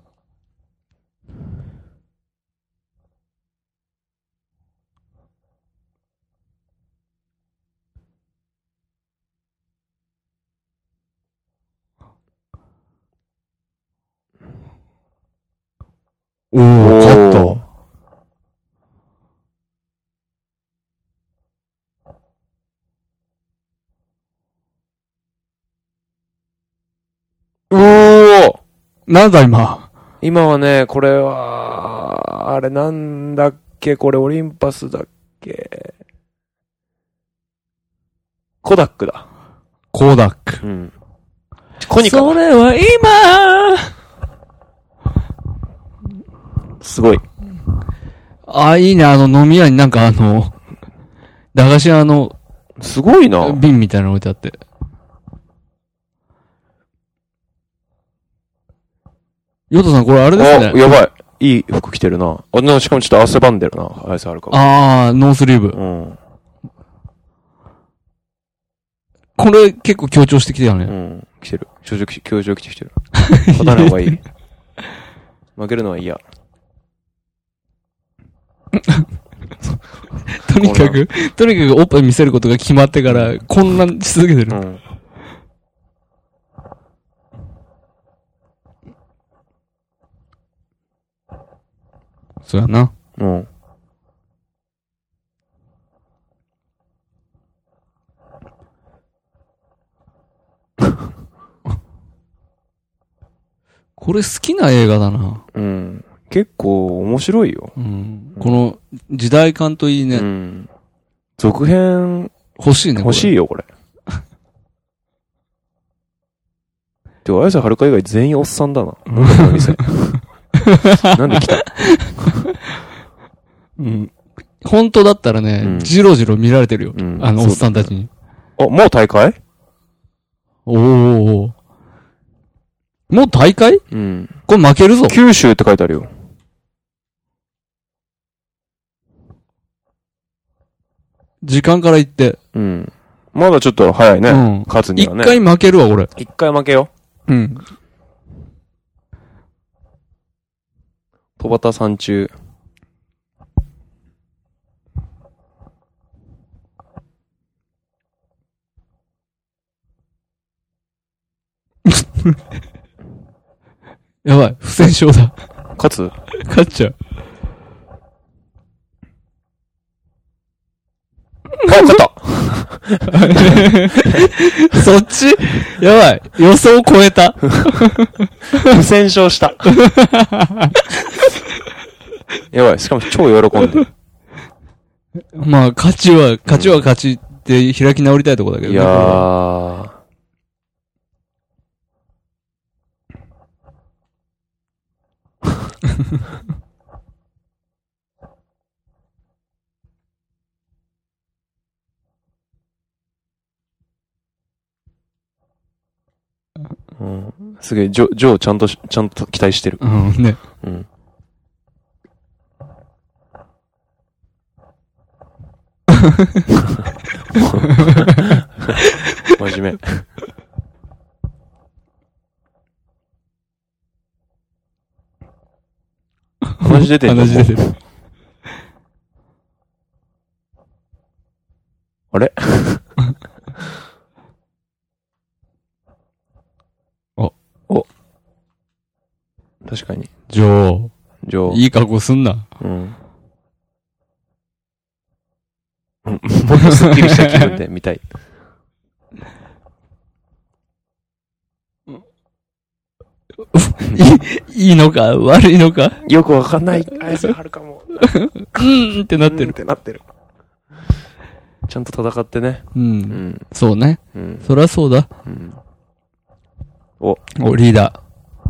おー、勝った。 おー、 なんだ今。 今はね、これは、あれなんだっけ、これオリンパスだっけ。コダックだ。 コダック。うん。 コニカ。 それは今すごい。 あ、いいね、あの飲み屋になんかあの、駄菓子屋の、 すごいな。 瓶みたいなの置いてあって。ヨトさんこれあれですね。 あ、やばい。いい服着てるな。あ、な、しかもちょっと汗ばんでるな。綾瀬はるか。 あー、ノースリーブ。うん。これ結構強調してきてるよね。 うん。着てる。強調き、強調着てきてる。勝たない方がいい。負けるのは嫌。 とにかく、とにかくおっぱい見せることが決まってから混乱し続けてる。うん、そうやな。うん。 これ好きな映画だな。 うん。結構面白いよ。 うん。この時代感といいね。うん。 続編、 欲しいね。 欲しいよ、これ。でも、綾瀬はるか以外全員おっさんだな。なんでこの店。なんで来たうん。本当だったらね、うん、じろじろ見られてるよ。うん、あのおっさんたちに。 あ、もう大会？ おー。もう大会？ うん。 これ負けるぞ。 九州って書いてあるよ。 時間から言って。 うん。まだちょっと早いね。うん。勝つにはね。 一回負けるわ、俺。 一回負けよ。 うん。 戸畑さん中。 やばい、不戦勝だ。 勝つ？ 勝っちゃう。 あ、勝ったそっちやばい。予想を超えた。 不戦勝した。やばい。しかも超喜んで。 まあ、勝ちは、勝ちは勝ちって開き直りたいとこだけどね。 いやー。うん、すげえ、ジョ、ジョーちゃんと、ちゃんと期待してる。 うんね。 うん。真面目。鼻血出てる。 鼻血出てる。 あれお。 お。確かに。 ジョー。 ジョー。 いい格好すんな。 うん。もっとスッキリした気分で見たい。 いい、いいのか悪いのかよくわかんない。綾瀬はるかも。 うんってなってる。 ってなってる。ちゃんと戦ってね。 うん。うん、そうね。 うん。 そりゃそうだ。 うん。お。 お、リーダ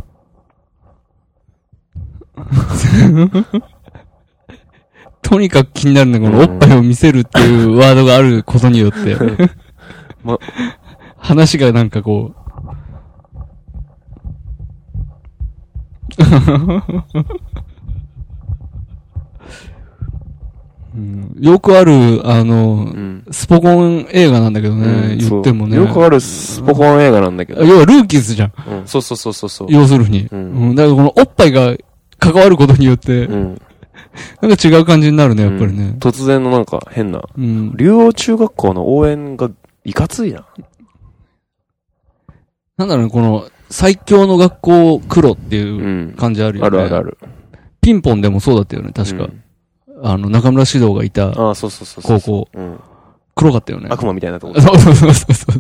ー。とにかく気になるのはこのおっぱいを見せるっていうワードがあることによって。ま、話がなんかこう、うん、よくある、あの、うん、スポコン映画なんだけどね、うん、言ってもね。 よくあるスポコン映画なんだけど。 要はルーキーズじゃん。 うん、そうそうそうそう。 要するに、うんうん。だからこのおっぱいが関わることによって、うん、なんか違う感じになるね、やっぱりね。うん、 突然のなんか変な。うん、竜王中学校の応援がいかついな。 なんだろうね、この、最強の学校黒っていう感じあるよね。 うん、あるあるある。 ピンポンでもそうだったよね、確か。うん、あの、中村獅童がいた高校。 ああ、そうそうそうそう。うん、 黒かったよね。 悪魔みたいなとこ。 そうそうそうそうそう。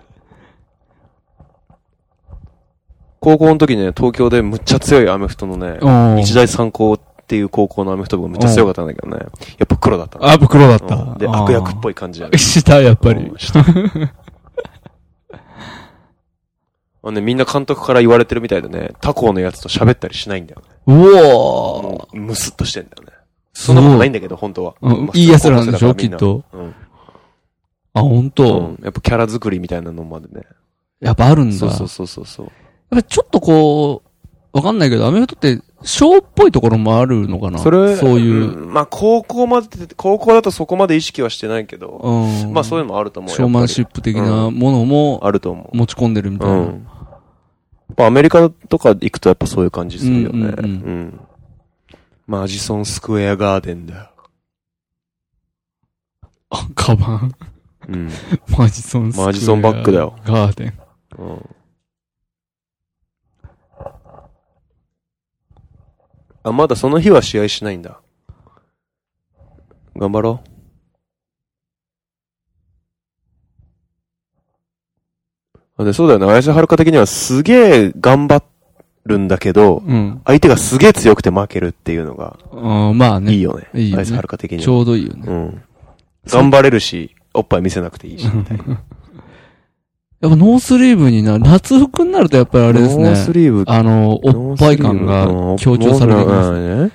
高校の時ね、東京でむっちゃ強いアメフトのね、日大三高っていう高校のアメフト部がむっちゃ強かったんだけどね。やっぱ黒だった、ね。 あ、やっぱ黒だった。 で、悪役っぽい感じやね。 した、やっぱり。 あのね、みんな監督から言われてるみたいでね、他校のやつと喋ったりしないんだよね。 うおー。ムスッとしてんだよね。そんなことないんだけど、本当は。 うん、いい奴らなんでしょ、きっと。うん。あ、本当、うん。 やっぱキャラ作りみたいなのまでね。 やっぱあるんだ。 そうそうそうそうそう。 やっぱちょっとこう、わかんないけど、アメフトって、ショーっぽいところもあるのかな。 それ、 そういう。 うん、まあ、高校まで、高校だとそこまで意識はしてないけど、うん、まあそういうのもあると思う。 ショーマンシップ的なものも、 あると思う。 持ち込んでるみたいな。うん、 やっぱアメリカとか行くとやっぱそういう感じするよね。うんうんうんうん、マジソンスクエアガーデンだよ。 あ、カバン。 うん。 マジソンスクエアマジソンバッグだよ。 ガーデン。うん。 あ、まだその日は試合しないんだ。頑張ろう。で、そうだよね。綾瀬はるか的にはすげえ頑張っ、 るんだけど、うん、相手がすげえ強くて負けるっていうのが、 あまあね。 いいよね。 いいよね。 アイスはるか的に。 ちょうどいいよね。 うん。頑張れるし、おっぱい見せなくていいし、みたいな。 やっぱノースリーブにな、夏服になるとやっぱりあれですね。ノースリーブ。 あの、おっぱい感が強調されてきますね。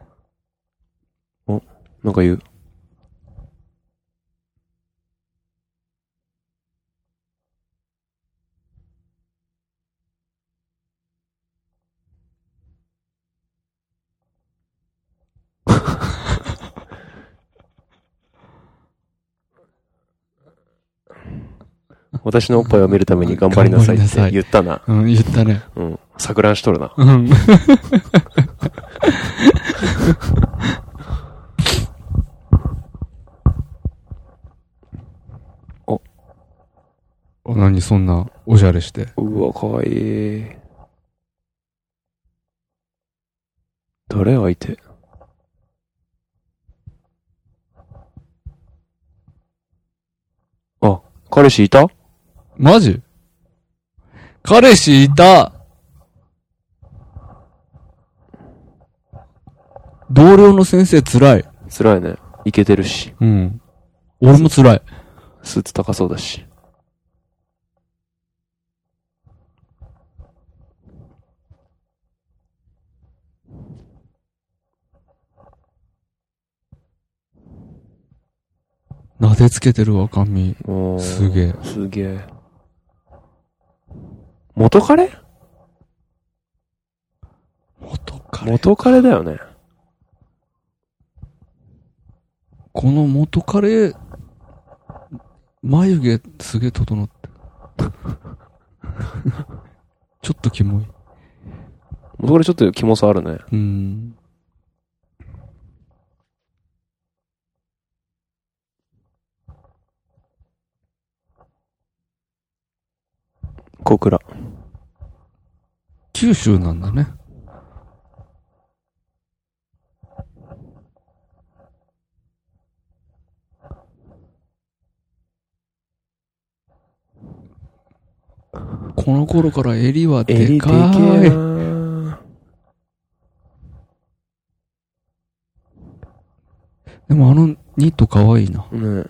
お、なんか言う。私のおっぱいを見るために頑張りなさいって言ったな。 うん、言ったね。 うん。錯乱しとるな。 うん。 お。 お、何そんな、おしゃれして。 うわ、かわいい。誰相手？あ、彼氏いた？ マジ？彼氏いた！同僚の先生辛い。 辛いね。イケてるし。 うん。俺も辛い。 スーツ高そうだし。 撫でつけてるわ、髪。すげえ。 すげえ。元彼？ 元彼。 元彼だよね。 この元彼、眉毛すげえ整って。ちょっとキモい。 元彼ちょっとキモさあるね。 うん。 小倉。 九州なんだね。この頃から襟はでかい。襟でけえな。でもあのニットかわいいな。 ね。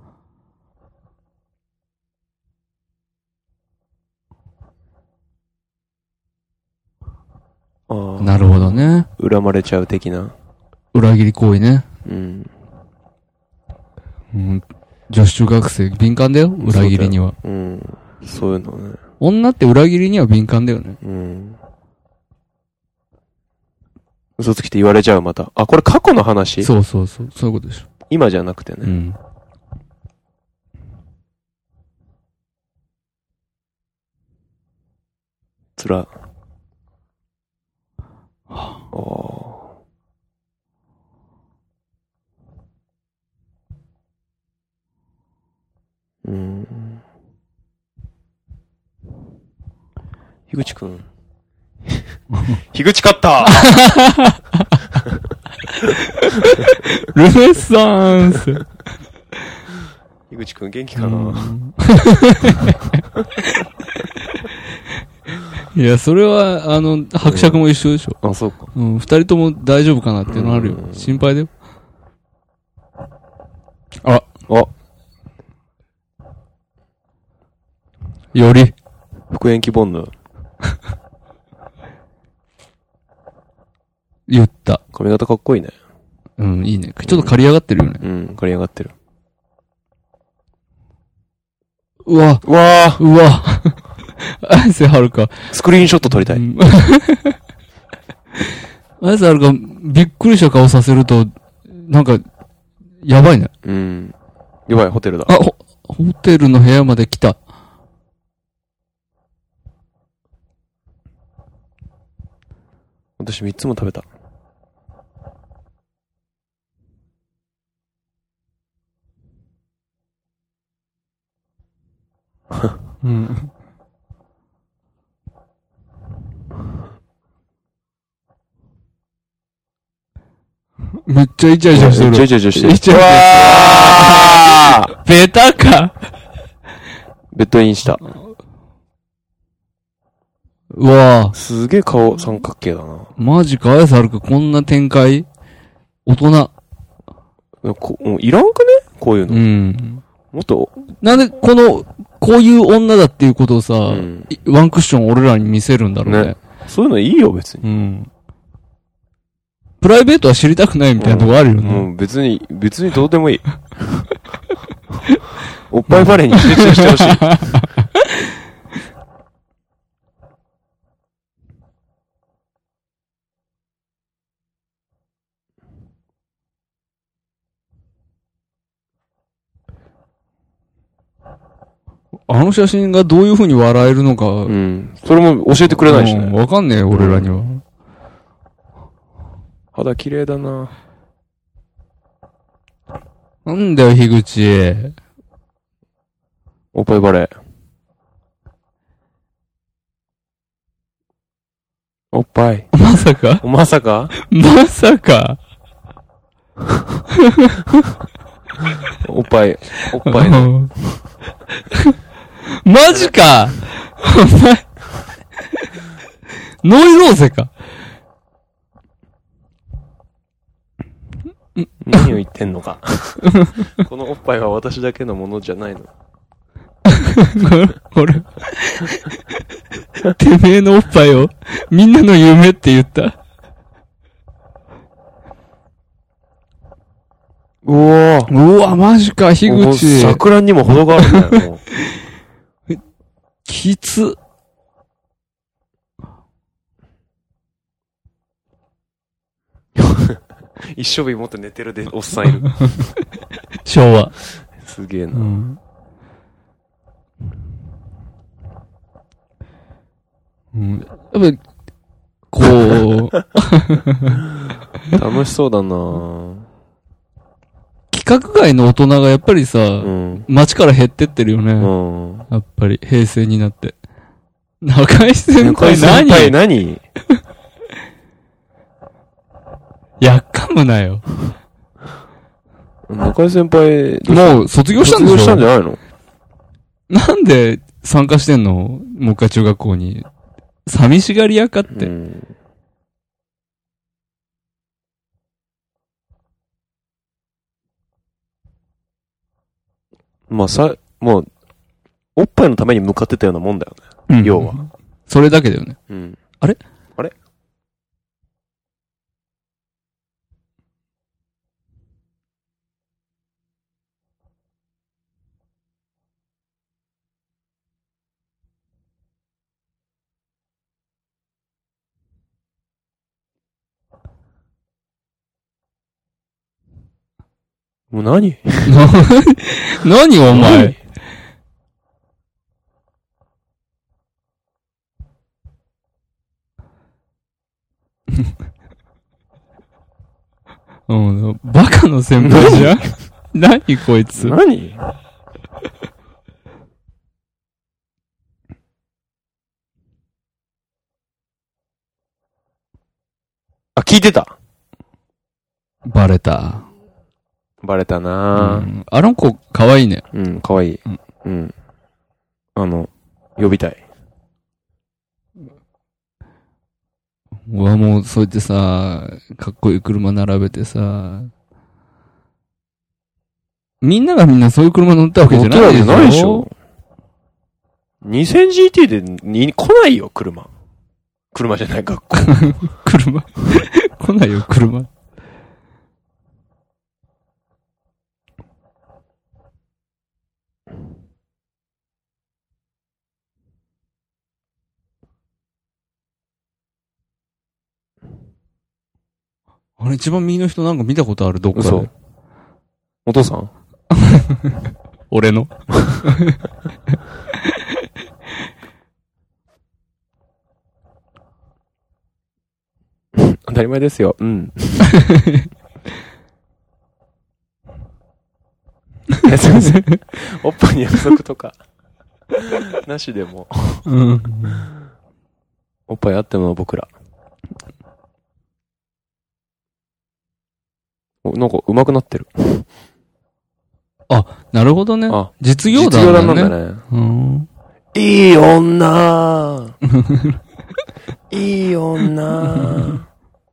あ、なるほどね。 恨まれちゃう的な。 裏切り行為ね。 うん。 うん。女子中学生敏感だよ、裏切りには。 ううん。そういうのね。 女って裏切りには敏感だよね。 うん。嘘つきって言われちゃう、また。あ、これ過去の話？ そうそうそう。そういうことでしょ。 今じゃなくてね。 うん。 つら。はあ、おー。うん。樋口くん。樋口勝ったルネッサンス樋口くん元気かな。 いや、それは、あの、伯爵も一緒でしょ。 うん、あ、そうか。 うん、二人とも大丈夫かなっていうのあるよ。心配だよ。あ、 あ。 より。 復縁希望の。 言った。 髪型かっこいいね。 うん、いいね。ちょっと刈り上がってるよね。 うん、うん、刈り上がってる。 うわ。 うわうわ。綾瀬はるか。 スクリーンショット撮りたい。 綾瀬はるか、びっくりした顔させると、なんか、やばいね。 うん。やばい、ホテルだ。 あ、ホ、ホテルの部屋まで来た。 私三つも食べた。 うん。めっちゃイチャイチャしてる。 めっちゃイチャイチャしてる。 イチャイチャ。ベタか。 ベッドインした。 うわぁ。 すげえ顔三角形だな。 マジか、綾瀬はるかこんな展開大人。 こもういらんくねこういうの。 うん。 もっと。 なんで、この、こういう女だっていうことをさ、うん、ワンクッション俺らに見せるんだろうね。ね。 そういうのいいよ、別に。 うん。プライベートは知りたくないみたいなとこあるよね。 うん、うん、別に、別にどうでもいい。おっぱいバレーに集中してほしい。 あの写真がどういう風に笑えるのか。うん。それも教えてくれないしね。 わかんねえ、俺らには。うん、 肌綺麗だな。 なんだよ、樋口。 おっぱいバレー。おっぱい。 まさかまさかまさかおっぱい、おっぱいの。 マジかお前、ノイローゼか。 何を言ってんのか。このおっぱいは私だけのものじゃないの。 これ、てめえのおっぱいをみんなの夢って言った。 うわぁ。うわ、マジか、樋口。 桜にも程があるね。もうきつ。 一生日持って寝てるでおっさんいる。 昭和。 すげえな。 うん。うん、やっぱ、こう。 楽しそうだなぁ。 規格外の大人がやっぱりさ、うん、街から減ってってるよね。 うん、 やっぱり、平成になって。中井先輩何中井先輩何やっかむなよ。 中井先輩、 もう卒業したんでしょ？ 卒業したんじゃないの？ なんで参加してんの？もう一回中学校に。寂しがり屋かって。うん、 まあさ、もう、おっぱいのために向かってたようなもんだよね。うん、要は。 それだけだよね。 うん。 あれあれもう何何お前うん、バカの先輩じゃん何こいつ何あ、聞いてたバレた。 バレたなぁ、 うん。あの子、かわいいね。 うん、かわいい。うん。うん。あの、呼びたい。 うわ、もう、そうやってさ、かっこいい車並べてさ、みんながみんなそういう車乗ったわけじゃないでしょ。乗ったわけないでしょ。 にせんジーティー でに来ないよ、車。車じゃない、学校。 車来ないよ、車。あれ一番右の人なんか見たことあるどっかで。 嘘。お父さん俺の当たり前ですよ。うん。おっぱいに約束とかなしでも、 うん、 おっぱいあっても僕らおなんか上手くなってる。 あ、なるほどね。 あ、 実業団だね。 実業団なんだね。 うん、 いい女いい女。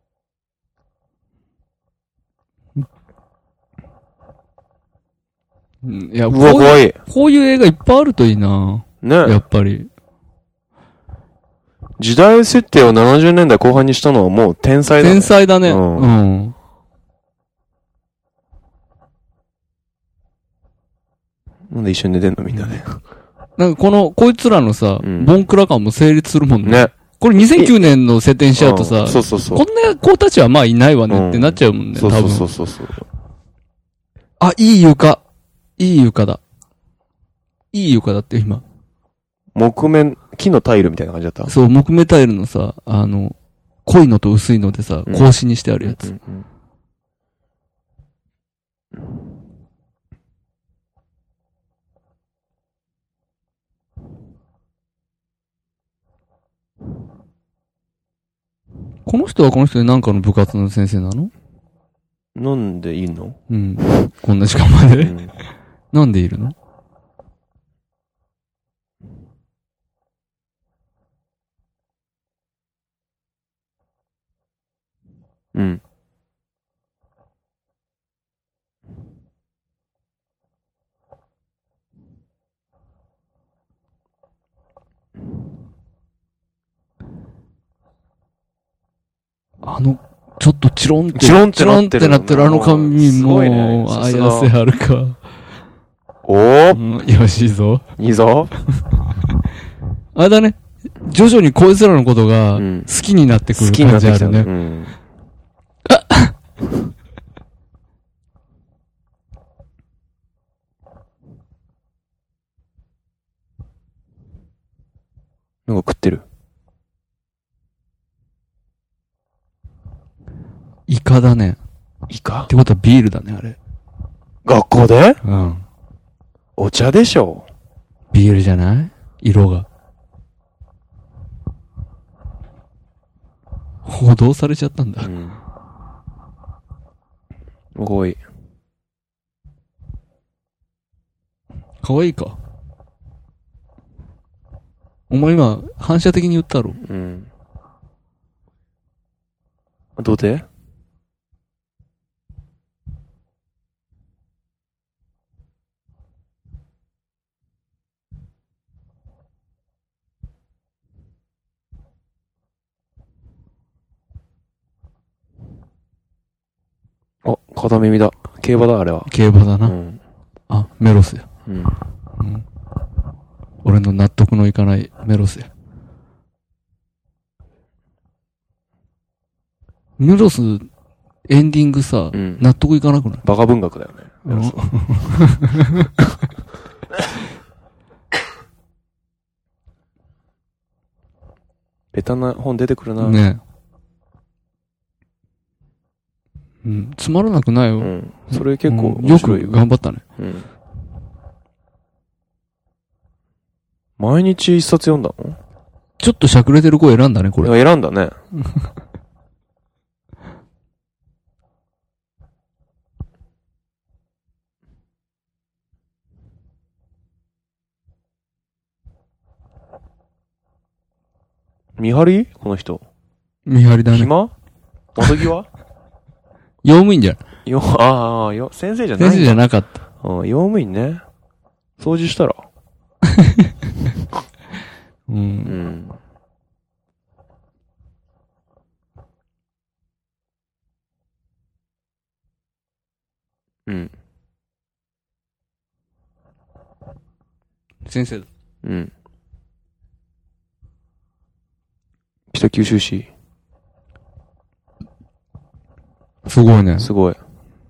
いや、 うわ、 こう怖い。 こういう映画いっぱいあるといいな。 ね。 やっぱり。 時代設定をななじゅうねんだいこう半にしたのはもう天才だね。 天才だね。うん。うん、 なんで一緒に寝てんのみんなで。 なんかこの、こいつらのさ、うん、ボンクラ感も成立するもんね。ね。これにせんきゅうねんの設定にしちゃうとさ、 そうそうそう。 こんな子たちはまあいないわねってなっちゃうもんね、 うん、 多分。 そうそうそうそう。 あ、いい床。いい床だ。いい床だって今。 木目、木のタイルみたいな感じだった？ そう、木目タイルのさ、あの、濃いのと薄いのでさ、うん、格子にしてあるやつ。うんうんうん、この人はこの人で何かの部活の先生なの？ なんでいいの？ うん。こんな時間まで、うん、なんでいるの？ うん。 あの、ちょっとチロンって、 チロンってなってる。 チロンってなってるあの髪も、ね、綾瀬はるか。 おー、 うん、よし、いいぞ。 いいぞ。 あれだね。徐々にこいつらのことが好きになってくる感じあるね。うん、あなんか食ってる。 イカだね。 イカ？ ってことはビールだね、あれ。 学校で？ うん。 お茶でしょ？ ビールじゃない？色が。報道されちゃったんだ。うん。 かわいい。 かわいいか。お前今、反射的に言ったろ。 うん。どうで？あ、片耳だ。競馬だ、あれは。 競馬だな。うん、あ、メロスや。うん。うん。俺の納得のいかないメロスや。メロス、エンディングさ、うん、納得いかなくない？ バカ文学だよね。メロスベタな本出てくるな。 ね。うん、つまらなくないよ。 うん。それ結構面白いよ。よく頑張ったね。 うん。毎日一冊読んだの？ ちょっとしゃくれてる子選んだね、これ。 いや、選んだね。見張り？この人。 見張りだね。 暇？窓際？ 用務員じゃん。 よ、ああ、よ、先生じゃない。 先生じゃなかった。 うん、用務員ね。掃除したら。 うん。うん。 うん。 先生だ。 うん。北九州市。 すごいね。 すごい。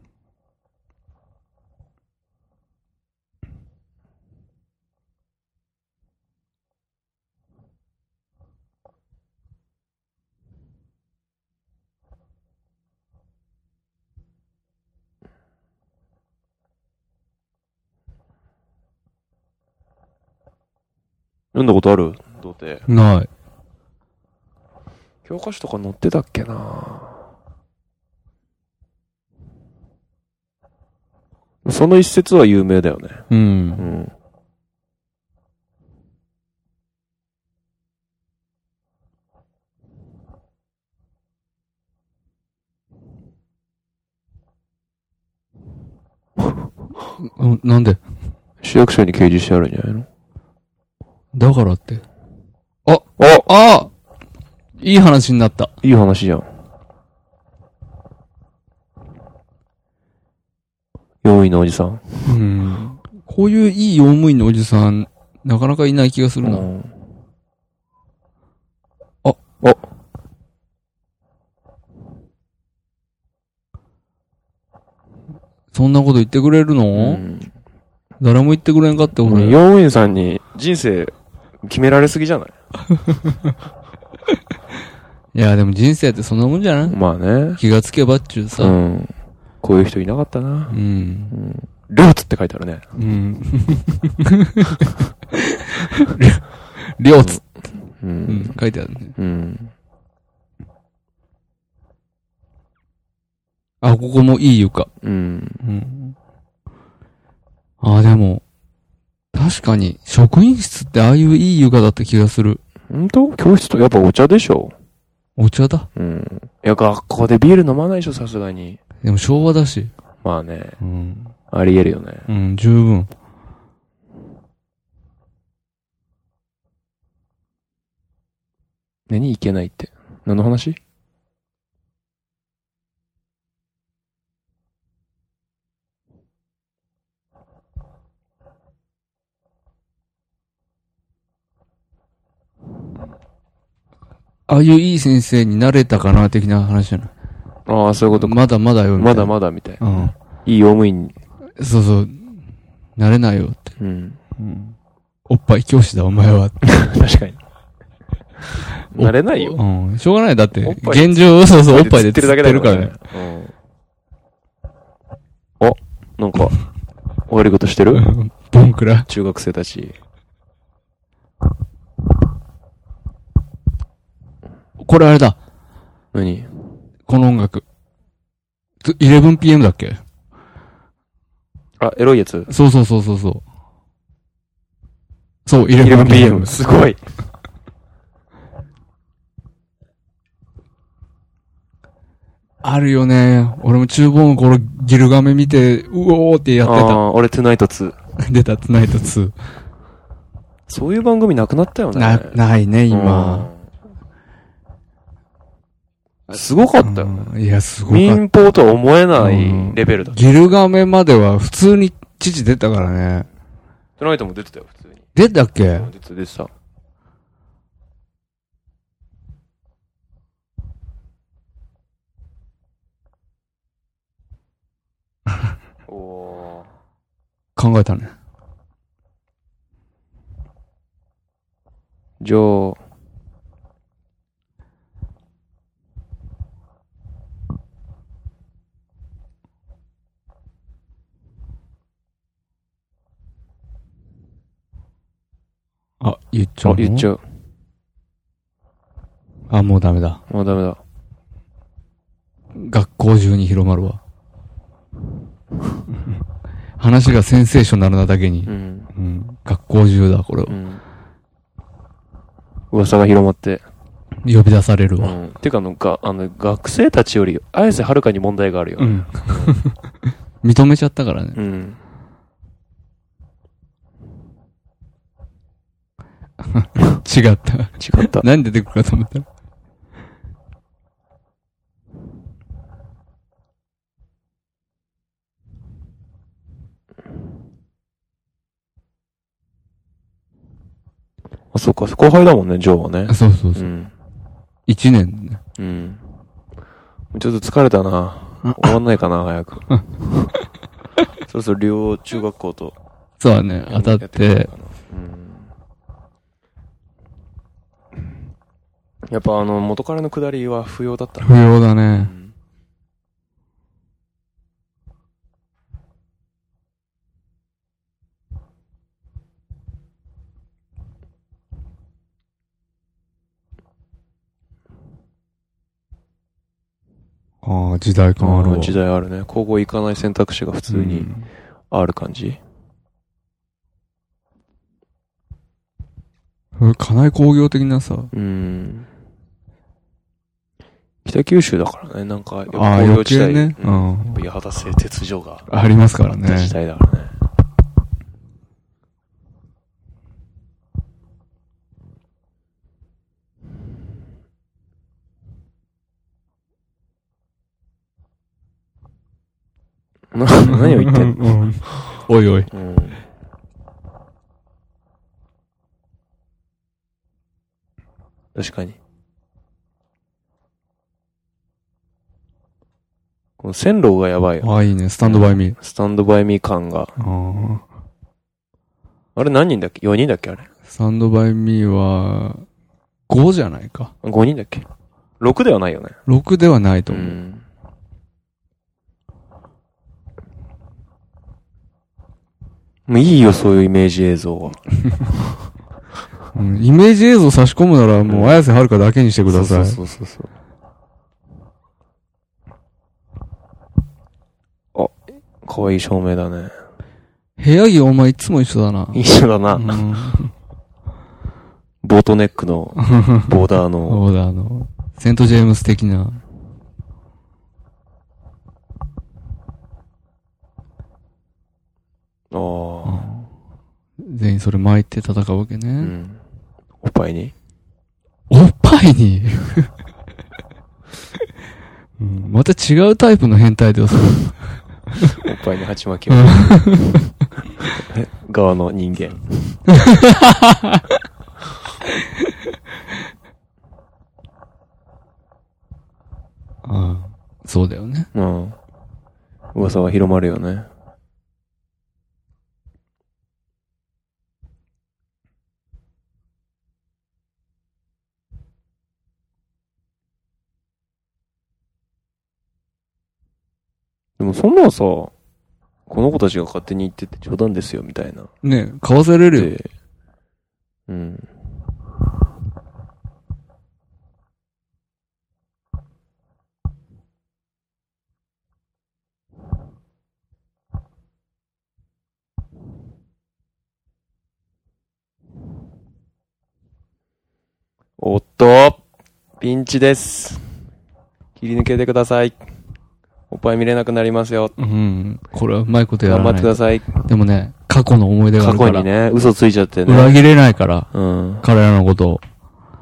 読んだことある？童貞。 ない。 教科書とか載ってたっけな。その一節は有名だよね。 うん。うん。 なんで？ 市役所に掲示してあるんじゃないの？ だからって。あ、 ああいい話になった。 いい話じゃん。用務員のおじさん。 うん。こういういい用務員のおじさん、なかなかいない気がするな。うん、あ、あ。そんなこと言ってくれるの？うん、誰も言ってくれんかって俺。 用務員さんに人生決められすぎじゃない？ いや、でも人生ってそんなもんじゃない？ まあね。 気がつけばっちゅうさ。 うん。こういう人いなかったな。うん。うん、両津って書いてあるね。うん。 両津。うん。うん。書いてあるね。うん。あ、ここもいい床。うん。うん。あ、でも、確かに、職員室ってああいういい床だった気がする。 ほんと？教室とやっぱお茶でしょ？ お茶だ。 うん。いや、学校でビール飲まないでしょ、さすがに。 でも昭和だし。 まあね。うん。あり得るよね。 うん、十分。 何いけないって。何の話？ ああいういい先生になれたかな的な話じゃない？ ああ、そういうことか。 まだまだよみたいな。 まだまだみたいな。うん。いい用務員。 そうそう。なれないよって。うん。うん、おっぱい教師だお前は。 確かに。なれないよ。 うん。しょうがない。だって、現状、そうそう、おっぱいで釣ってるからね。うん。 あ、なんか、悪いことしてる？ ボンクラ。 中学生たち。 これあれだ。 何？ この音楽。じゅういちピーエム だっけ？ あ、エロいやつ？ そうそうそうそうそう。そう、じゅういちピーエム。 すごい。 あるよね。俺も厨房の頃ギルガメ見て、うおーってやってた。ああ、俺トゥナイトツー。出た、トゥナイトツー。 そういう番組なくなったよね。 な、ないね、今。 すごかったよね。 うん、いや、すごかった。 民放とは思えないレベルだ、うん。 ギルガメまでは普通に父出たからね。 トゥナイトも出てたよ、普通に。 出たっけ？ 出てた、出てた。おー。 考えたね。 じゃあ、 あ、言っちゃうの？ あ、言っちゃう。 あ、もうダメだ。 もうダメだ。 学校中に広まるわ。話がセンセーショナルなだけに。うん。うん、学校中だ、これは。うん。 噂が広まって。 呼び出されるわ。 うん。てか、あの、が、あの、学生たちより、綾瀬はるかに問題があるよ。うん。 認めちゃったからね。うん。違った。 違った。 何出てくるかと思った。 あ、そうか、後輩だもんね、ジョーはね。 そうそうそう。うん。一年ね。 うん。ちょっと疲れたな。終わんないかな、早く。そろそろ両中学校と。 そうだね、当たって。 やっぱあの、元彼の下りは不要だった。 不要だね。うん、ああ、時代感あるわ。 時代あるね。高校行かない選択肢が普通にある感じ。 うん、かなり工業的なさ。 うん。 北九州だからね、なんか、 ああ、余計ね。 うん。八幡製鉄所が。 ありますからね。 時代だからね。何を言ってんの、うん、 おいおい。うん、 確かに。この線路がやばいよ。 ああ、いいね。スタンドバイミー。 スタンドバイミー感が。あ, あれ何人だっけ ?よ 人だっけあれ。 スタンドバイミーは、ごじゃないか。 ごにんだっけ ?ろく ではないよね。 ろくではないと思う。うんもういいよ、そういうイメージ映像は。 うん、イメージ映像差し込むなら、もう、綾瀬はるかだけにしてください。 そうそうそうそう。あ、かわいい照明だね。 部屋着お前いつも一緒だな。 一緒だな。うん、ボートネックの、ボーダーの。 ボーダーの。セントジェームス的な。 ああ、うん。 全員それ巻いて戦うわけね。うん。 おっぱいにおっぱいに、うん、また違うタイプの変態でよ、それ。 おっぱいに鉢巻きを。側の人間。 ああ、そうだよね。 うん。噂は広まるよね。でもそんなのさ、この子たちが勝手に言ってて冗談ですよみたいな。 ねえ、買わされるよ。 うん。おっと、ピンチです。切り抜けてください。おっぱい見れなくなりますよ。 うん。これはうまいことやらない。 頑張ってください。 でもね、過去の思い出があるから。 過去にね、嘘ついちゃってね。 裏切れないから。 うん。 彼らのことを。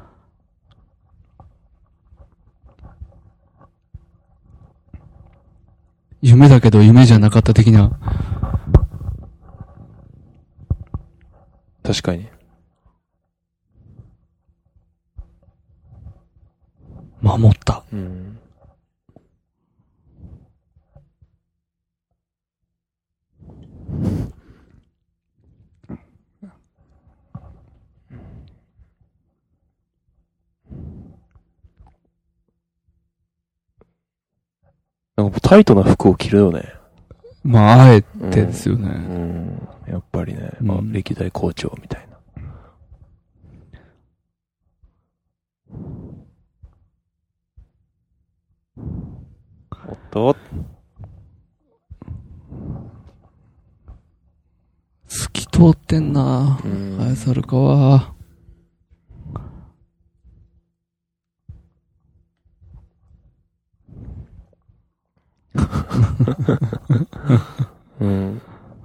夢だけど夢じゃなかった的な。 確かに。 守った。 うん。なんかタイトな服を着るよね。 まあ、あえてですよね。うん。 うん、やっぱりね、まあ、歴代校長みたいな。おっと透き通ってんなぁ。あやさるかは。 うん。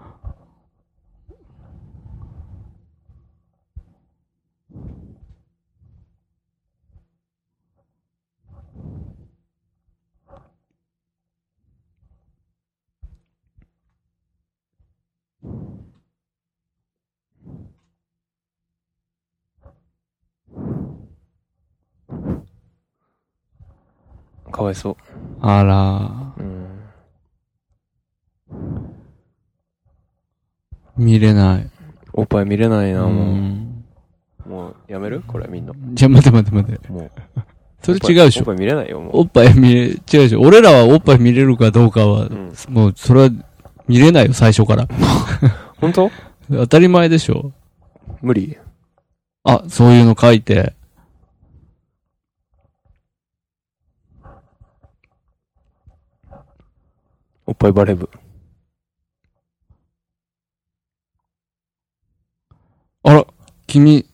かわいそう。 あら、うん、見れない。 おっぱい見れないな、もう。うん、もう、やめるこれみんな。 じゃ、待て待て待て。もう。それ違うでしょ。 おっぱい見れないよ、もう。 おっぱい見れ、違うでしょ。俺らはおっぱい見れるかどうかは、うん、もう、それは見れないよ、最初から。 本当？ 当たり前でしょ。 無理？ あ、そういうの書いて。 おっぱいバレブ。 あら、君。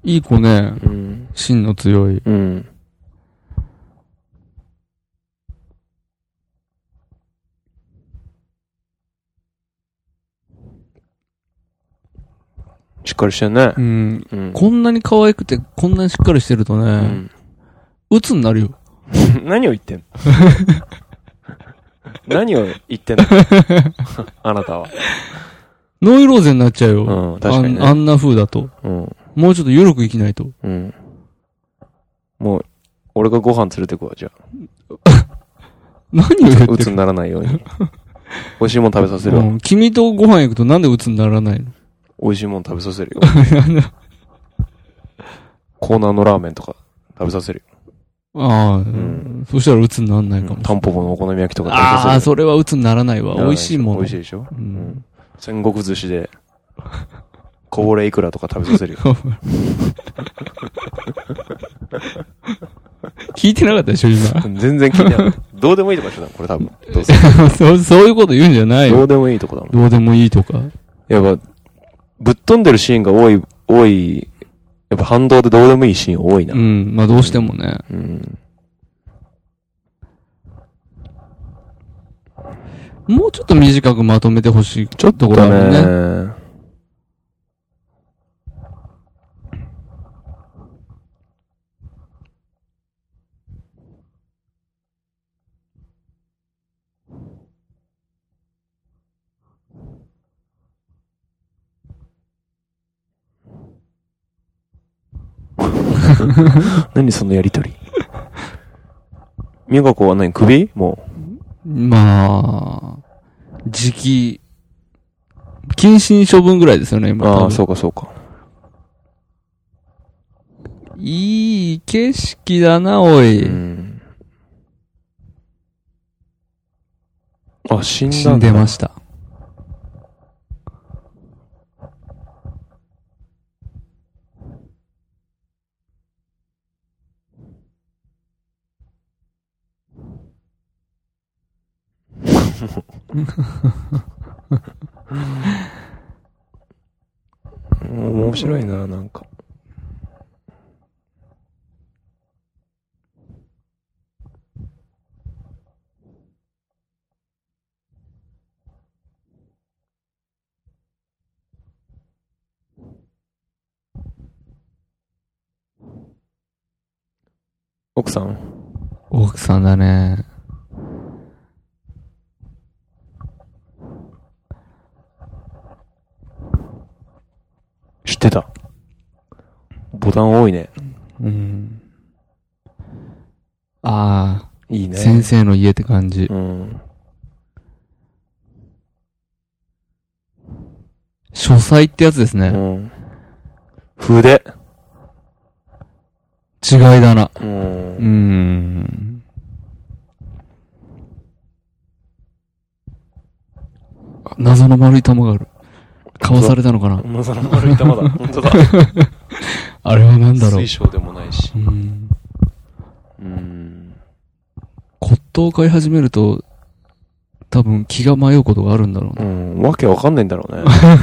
いい子ね。うん。芯の強い。うん。 しっかりしてるね。 うん。うん、こんなに可愛くて、こんなにしっかりしてるとね、うん、鬱になるよ。 何を言ってんの何を言ってんのあなたは。 ノイローゼになっちゃうよ。 うん、確かにね。 あん、あんな風だと。うん。もうちょっと緩く生きないと。うん。 もう、俺がご飯連れてくわ、じゃあ。何を言ってる？ 鬱にならないように。美味しいもん食べさせるわ、うん。 君とご飯行くとなんで鬱にならないの？ 美味しいもん食べさせるよ。コーナーのラーメンとか食べさせるよ。ああ、うん。そしたら鬱にならないかもしれない。 タンポポのお好み焼きとか食べさせる。 ああ、それは鬱にならないわ。美味しいもん。 美味しいでしょ、うん、戦国寿司で、こぼれいくらとか食べさせるよ。 聞いてなかったでしょ、今。 全然聞いてなかった。どうでもいいとこでしょ、これ多分。どうそう、そういうこと言うんじゃないよ。 どうでもいいとこだもん。 どうでもいいとか。 やっぱ、ぶっ飛んでるシーンが多い、多い、やっぱ反動でどうでもいいシーン多いな。 うん、まあどうしてもね。うん。もうちょっと短くまとめてほしい。 ちょっとこれね。何そのやりとり。美和子は何首もう。まあ、時期、謹慎処分ぐらいですよね、今。 ああ、そうかそうか。 いい景色だな、おい。うん、 あ、死んだんだ。 死んでました。 面白いな、なんか。奥さん？ 奥さんだね。 知ってた。ボタン多いね。うん。 ああ。 いいね。 先生の家って感じ。うん。書斎ってやつですね。うん。 筆。 違いだな。うん。うーん。謎の丸い玉がある。かわされたのかな？ 謎の丸い玉だ。本当だ。 あれはなんだろう。 水晶でもないし。うん。 うん。骨董を買い始めると、多分気が迷うことがあるんだろうな。うん。わけわかんないんだろうね。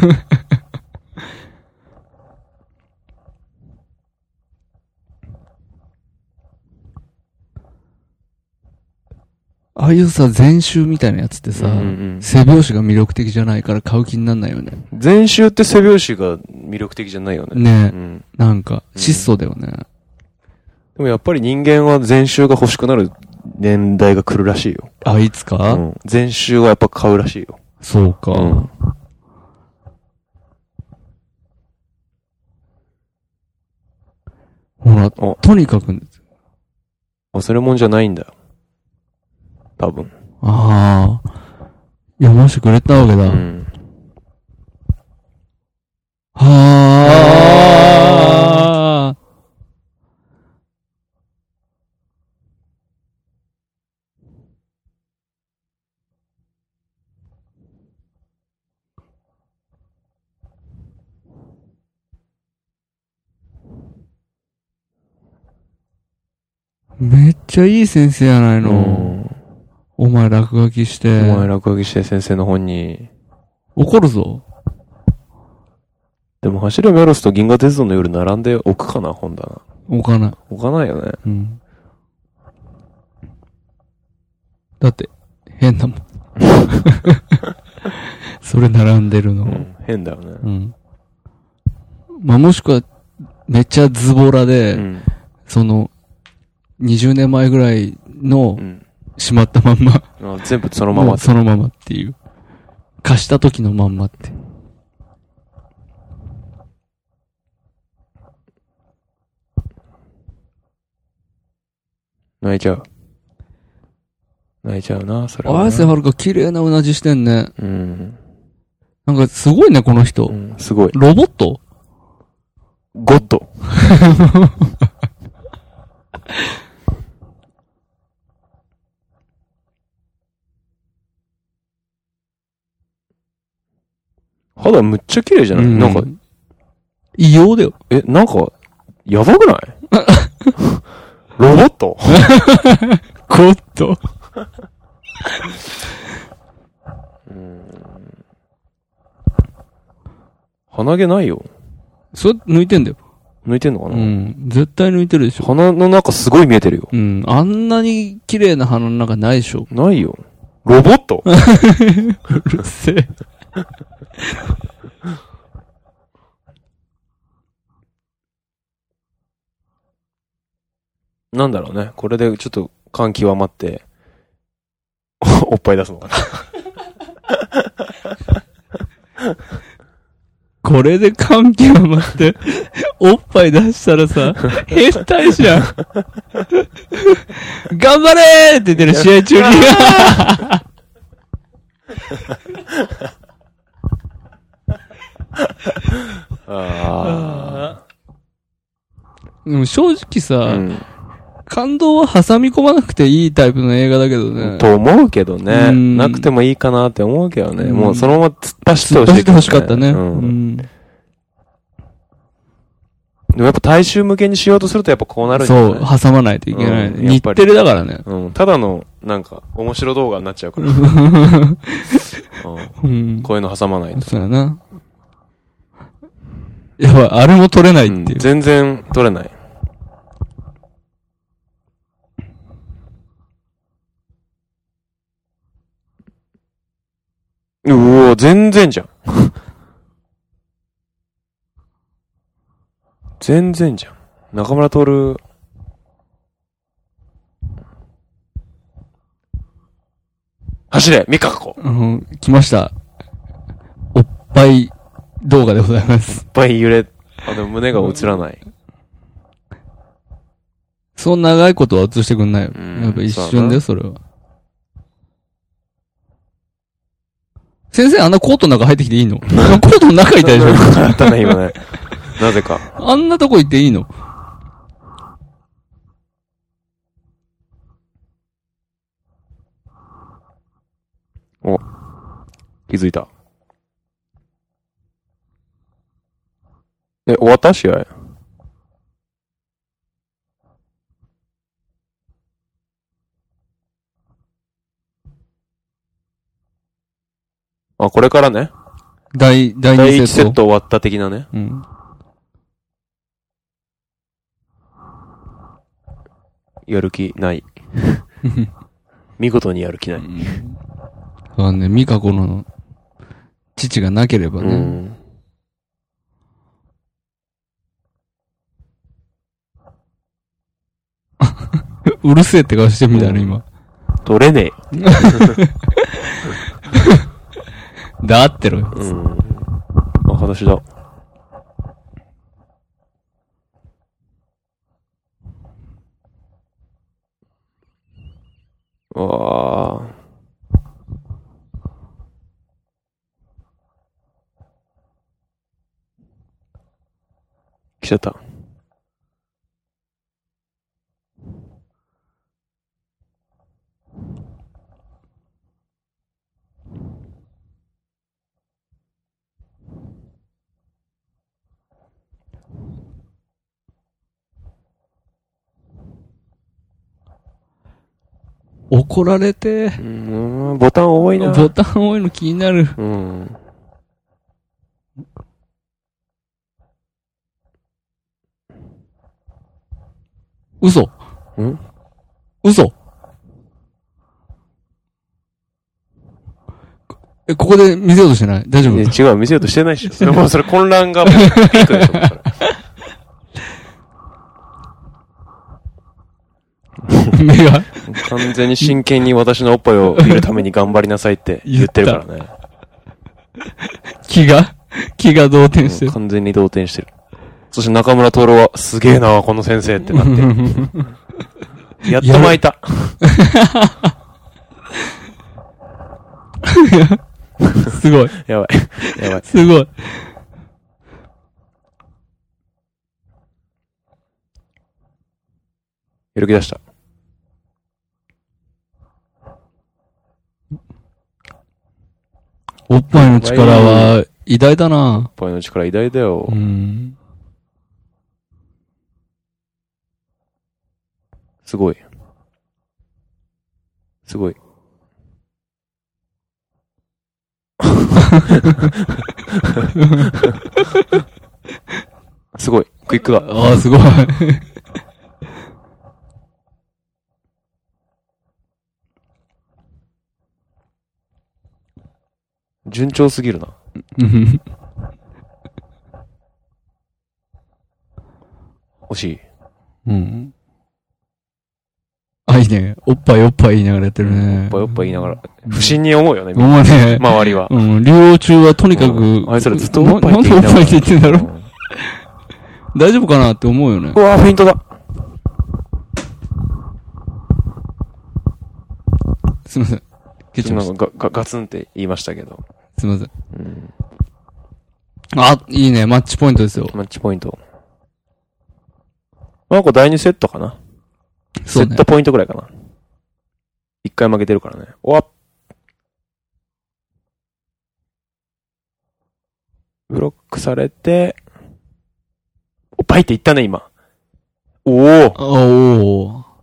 ああいうさ、全集みたいなやつってさ、うんうん、背表紙が魅力的じゃないから買う気になんないよね。 全集って背表紙が魅力的じゃないよね。 ねえ、うん。なんか、質素だよね、うん。でもやっぱり人間は全集が欲しくなる年代が来るらしいよ。 あ、いつか、 うん、全集はやっぱ買うらしいよ。 そうか。うん、ほら、とにかく、 忘れ物じゃないんだよ。多分。 ああ。読ませてくれたわけだ。うん。はあ。めっちゃいい先生やないの。うんお前落書きして。 お前落書きして先生の本に。 怒るぞ。 でも走るメロスと銀河鉄道の夜並んで置くかな、本棚。 置かない。 置かないよね。 うん。だって、変だもん。それ並んでるの。うん、 変だよね。 うん。まあ、もしくは、めっちゃズボラで、うん、その、にじゅうねんまえぐらいの、しまったまんま、 うん。全部そのまま。 そのままっていう。貸した時のまんまって。 泣いちゃう。泣いちゃうな、それは、ね。 綾瀬はるか綺麗なうなじしてんね。 うん。 なんかすごいね、この人。うん、 すごい。 ロボットゴッド。肌むっちゃ綺麗じゃない、うん、なんか。 異様だよ。 え、なんか、やばくないロボットゴッドうーん。鼻毛ないよ。 それ抜いてんだよ。 抜いてんのかな。 うん。絶対抜いてるでしょ。 鼻の中すごい見えてるよ。 うん。あんなに綺麗な鼻の中ないでしょ。 ないよ。ロボットうるせえ。 なんだろうね。これでちょっと感極まって、おっぱい出すのかな。 これで感極まって、おっぱい出したらさ、変態じゃん。頑張れーって言ってる試合中に。あでも正直さ、うん、感動は挟み込まなくていいタイプの映画だけどね。 と思うけどね。なくてもいいかなって思うけどね。もうそのまま突っ走ってほしい、ね。突っ走ってほしかったね。うん。でもやっぱ大衆向けにしようとするとやっぱこうなるんじゃない？ そう、挟まないといけない、ね。うん、日テレだからね。 うん。ただの、なんか、面白動画になっちゃうから。うん、こういうの挟まないと。 そうやな。やばい、あれも撮れないっていう。うん、 全然撮れない。うお、全然じゃん。全然じゃん。中村徹。走れ、ミカコ。 うん、来ました。おっぱい動画でございます。 おっぱい揺れ、あ、でも胸が映らない。 そう長いことは映してくんないよ。やっぱ一瞬で、それは。先生、あんなコートの中入ってきていいの？コートの中いたでしょ？ あったね、今ね。なぜか。 あんなとこ行っていいの？ お、気づいた。え、終わった試合？あ、これからね。 第、第二セット。第一セット終わった的なね。 うん。 やる気ない。見事にやる気ない。 そうね、ミカコの父がなければね。うん、うるせえって顔してみたら、今。 取れねえ。 だってろよ。 うん。あ、裸足だ。わあ。来ちゃった。 怒られて、 うん、ボタン多いな。 ボタン多いの気になる。 うん。 嘘ん嘘え、ここで見せようとしてない大丈夫？ 違う、見せようとしてないし。それもうそれ混乱がピークでしょ、それ。 目が完全に真剣に私のおっぱいを見るために頑張りなさいって言ってるからね。 気が気が動転してる。 完全に動転してる。そして中村徹は、すげえなこの先生ってなって。やっと巻いた。 すごい。 やばい。やばい。 すごい。 やる気出した。 おっぱいの力は偉大だな。 おっぱいの力偉大だよ。 うん。 すごい。すごい。すごい。クイックだ。 ああ、すごい。 順調すぎるな。惜しい。 うん。あ、いいね。おっぱいおっぱい言いながらやってるね。 おっぱいおっぱい言いながら。不審に思うよね。 思うね。 周りは。 うん。療養中はとにかく。 うん、あいつらずっとおっぱいって言ってんだろ。なんでおっぱいって言ってんだろ、うん、大丈夫かなって思うよね。 うわぁ、フェイントだ。 すいません。 ケチなんかガガツンって言いましたけど。 すいません。うん、あ、いいね。マッチポイントですよ。 マッチポイント。なんかだいにセットかな。セットポイントくらいかな。一回負けてるからね。おわっ。ブロックされて、お、バイって言ったね、今。おー。 おー。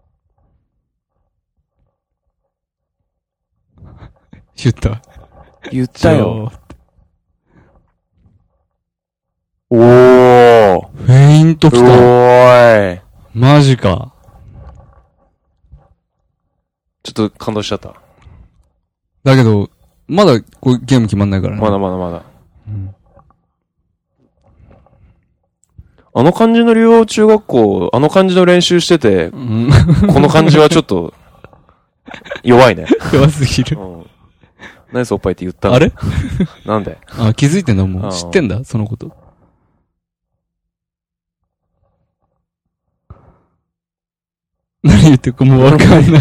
言った。 言ったよ。おー。 フェイント来た。 おーい。 マジか。 ちょっと感動しちゃった。 だけど、まだこうゲーム決まんないからね。 まだまだまだ。うん、あの感じの竜王中学校、あの感じの練習してて、うん、この感じはちょっと、弱いね。 弱すぎる。うん、 何そおっぱいって言ったの？ あれなんで？ あ、気づいてんの？もう知ってんだそのこと。何言ってるかもうわかんない。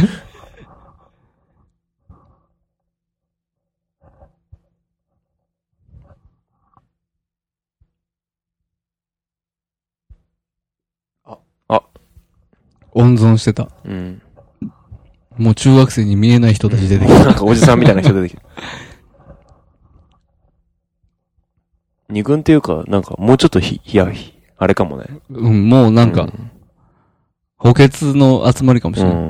あ、あ。 温存してた。うん。もう中学生に見えない人たち出てきた。 なんかおじさんみたいな人出てきた。二軍っていうか、なんかもうちょっとひ、ひやひ、あれかもね。 うん、もうなんか、うん、補欠の集まりかもしれない。うん、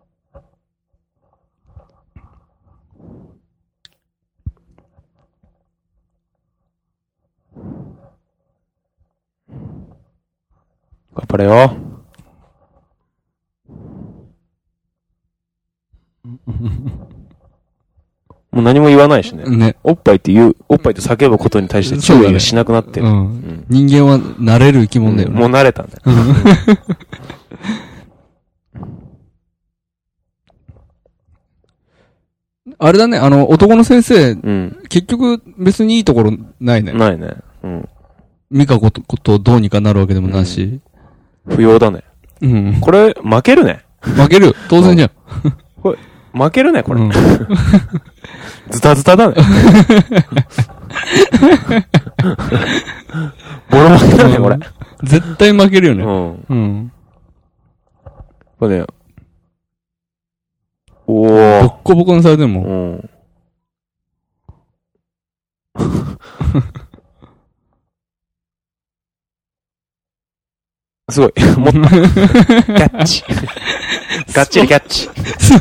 頑張れよ。もう何も言わないしね。ね。おっぱいって言う、おっぱいって叫ぶことに対して注意がしなくなってる。うんうん、人間は慣れる生き物だよね。 もう慣れたんだよ。 あれだね、あの、男の先生、うん、結局別にいいところないね。 ないね。うん。 ミカコとどうにかなるわけでもないし。 うん、不要だね。うん。これ、負けるね。 負ける。当然じゃん。 これ、負けるね、これ。うん、ズタズタだね。ボロ負けだね、これ。 絶対負けるよね。うん。うん。 これね、おー。 ボッコボコにされても。うん。 すごい。持った。キャッチ。ガッチリキャッチ。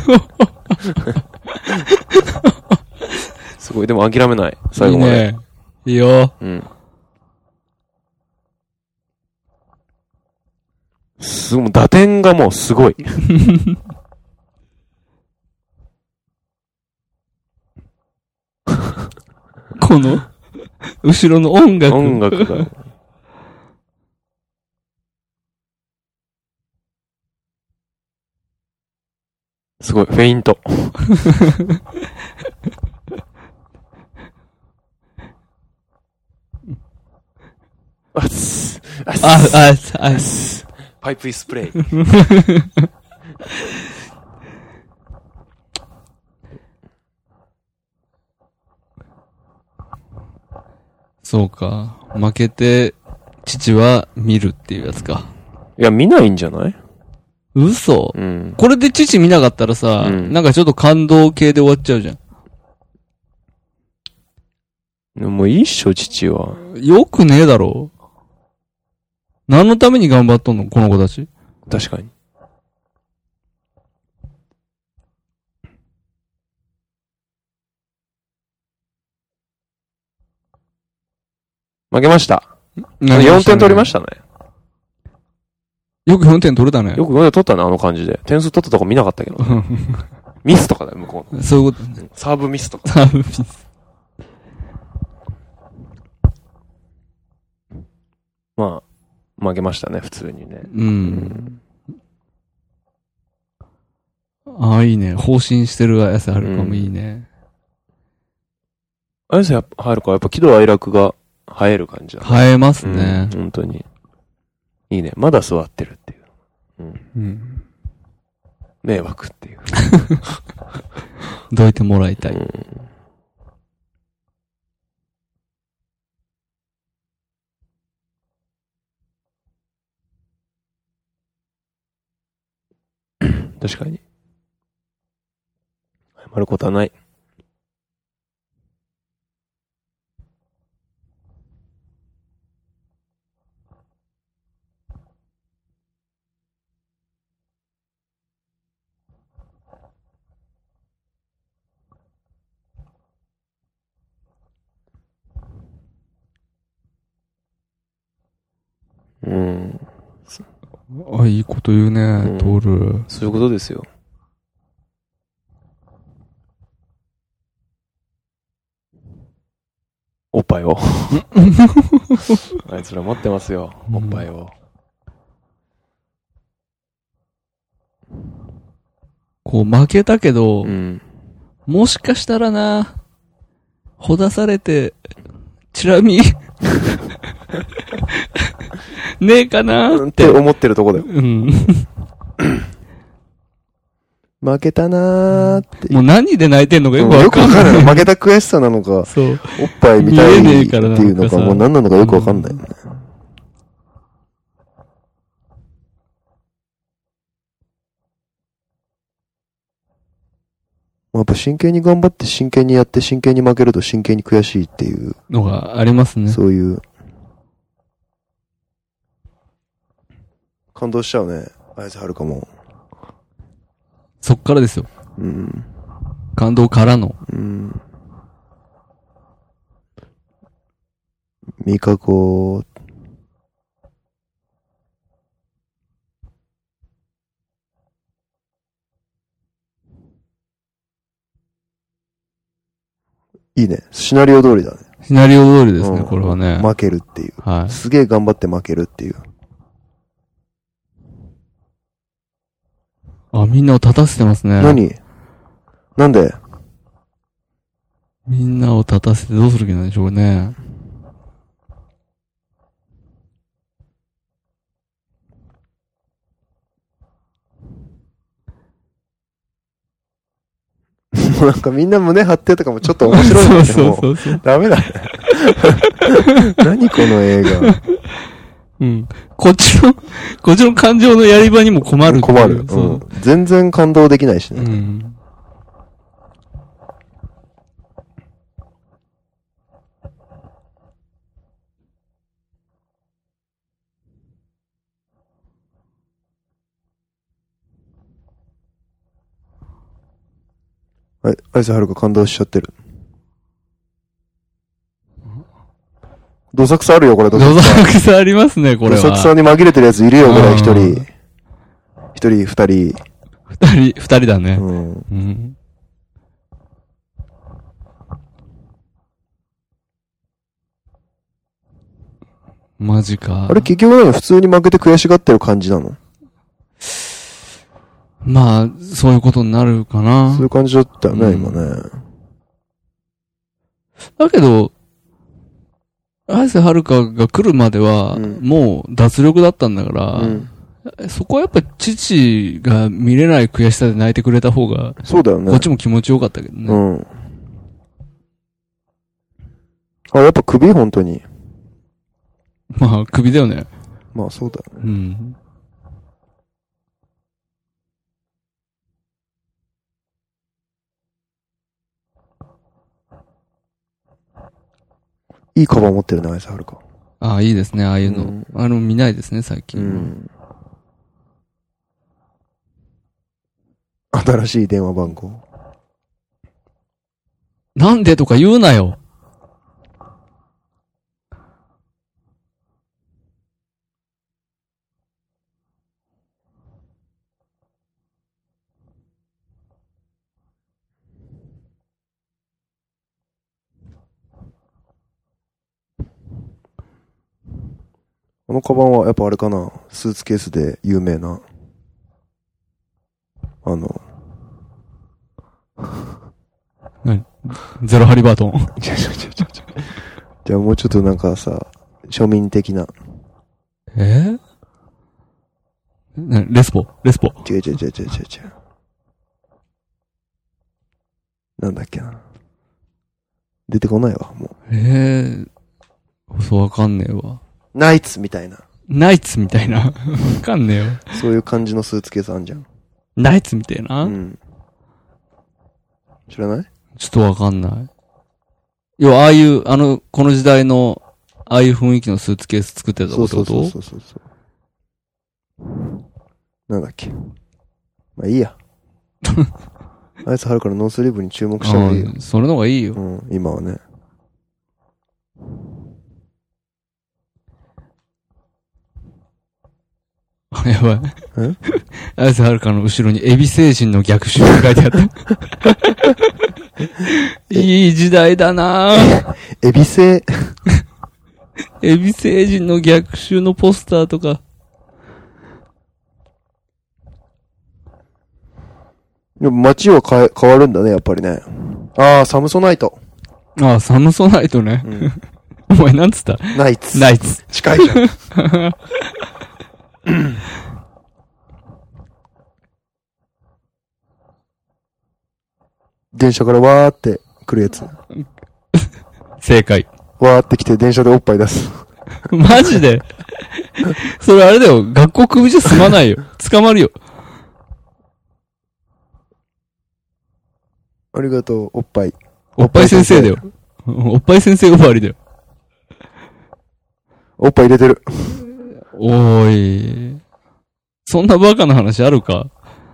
すごい。でも諦めない。最後まで。いいね。 いいよ。うん。 すごい、打点がもうすごい。 この、後ろの音楽。 音楽が。すごい、フェイント。あっす。あっす。 あ、あ、あっす。 パイプイスプレイ。 そうか。負けて、父は見るっていうやつか。 いや、見ないんじゃない？ 嘘？ うん。 これで父見なかったらさ、うん、なんかちょっと感動系で終わっちゃうじゃん。 もういいっしょ、父は。 よくねえだろ。何のために頑張っとんのこの子たち。 確かに。負けました。よんてん取りましたね。 よくよんてん取れたね。 よくよんてん取ったね、あの感じで。点数取ったとこ見なかったけど。ミスとかだよ、向こうの。 そういうことね。 サーブミスとか。 サーブミス。 まあ、負けましたね、普通にね。 うん。ああ、いいね。方針してる綾瀬はるかもいいね。 綾瀬はるかはやっぱ喜怒哀楽が映える感じだね。 映えますね。 うん、本当に。いいね。まだ座ってるっていう。うん。うん、迷惑っていう。 どいてもらいたい。うん、 確かに。謝ることはない。うん。 あ、いいこと言うね、うん、トール。 そういうことですよ。おっぱいを。あいつら持ってますよ、おっぱいを。 こう負けたけど、 うん、 もしかしたらな、ほだされて、チラ見、ねえかなーって、 って思ってるとこだよ。 うん。 負けたなーって。 もう何で泣いてんのかよくわかんない。 よくわかんない。負けた悔しさなのか、 そう。 おっぱい見たいっていうのか、もう何なのかよくわかんない。うんやっぱ真剣に頑張って真剣にやって真剣に負けると真剣に悔しいっていうのがありますね。 そういう感動しちゃうね。綾瀬はるかも。 そっからですよ。 うん。 感動からの。 うん。ミカコ。いいね。シナリオ通りだね。 シナリオ通りですね、うん、これはね。 負けるっていう。 はい。 すげえ頑張って負けるっていう。 あ、みんなを立たせてますね。 何？なんで？ みんなを立たせてどうする気なんでしょうね。 もうなんかみんな胸張ってとかもちょっと面白いんだけど、そうそうそうそうダメだね。何この映画。 うん。こっちの、こっちの感情のやり場にも困る。 困る。うん。全然感動できないしね。うん。はい、綾瀬はるか感動しちゃってる。 どさくさあるよ、これ、 どさくさありますね、これは。 どさくさに紛れてるやついるよ、これ、一人。一人、二人。 二人、二人だね。うん。うん、マジか。 あれ、結局何普通に負けて悔しがってる感じなの？ まあ、そういうことになるかな。 そういう感じだったよね、うん、今ね。 だけど、綾瀬はるかが来るまでは、うん、もう脱力だったんだから、うん、そこはやっぱ父が見れない悔しさで泣いてくれた方が、 そうだよね。 こっちも気持ちよかったけどね。うん。 あ、やっぱ首本当に。 まあ、首だよね。 まあ、そうだよね。 うん。 いいカバン持ってるね、綾瀬はるか。 ああ、いいですね、ああいうの。うん、あの、見ないですね、最近。うん。 新しい電話番号。 なんでとか言うなよ。 このカバンはやっぱあれかな、スーツケースで有名な、あの、 何ゼロハリバートン。 じゃあもうちょっとなんかさ、庶民的な。 えー、レスポレスポ。 違う違う違う違う違う違う。なんだっけな。出てこないわ、もう。 えー、そうわかんねえわ。 ナイツみたいな。 ナイツみたいな。わかんねえよ。 そういう感じのスーツケースあんじゃん。 ナイツみたいな。 うん。知らない？ ちょっとわかんない。要は、ああいう、あの、この時代の、ああいう雰囲気のスーツケース作ってたこと？そうそうそうそうそう。 なんだっけ。まあいいや。あいつ春からノースリーブに注目した方がいいよ。 それの方がいいよ。 うん、今はね。 やばい。え？綾瀬はるかの後ろにエビ星人の逆襲って書いてあった。いい時代だなぁ。 エビ星。 エビ星人の逆襲のポスターとか。 でも街は変え、変わるんだね、やっぱりね。ああ、サムソナイト。 ああ、サムソナイトね。うん、お前なんつった？ ナイツ。 ナイツ。 近いじゃん。電車からわーって来るやつ。 正解。 わーって来て電車でおっぱい出す。 マジで？それあれだよ。学校首じゃ済まないよ。捕まるよ。 ありがとう、おっぱい。 おっぱい先生だよ。おっぱい先生終わりだよ。 おっぱい入れてる。 おーい。そんなバカな話あるか？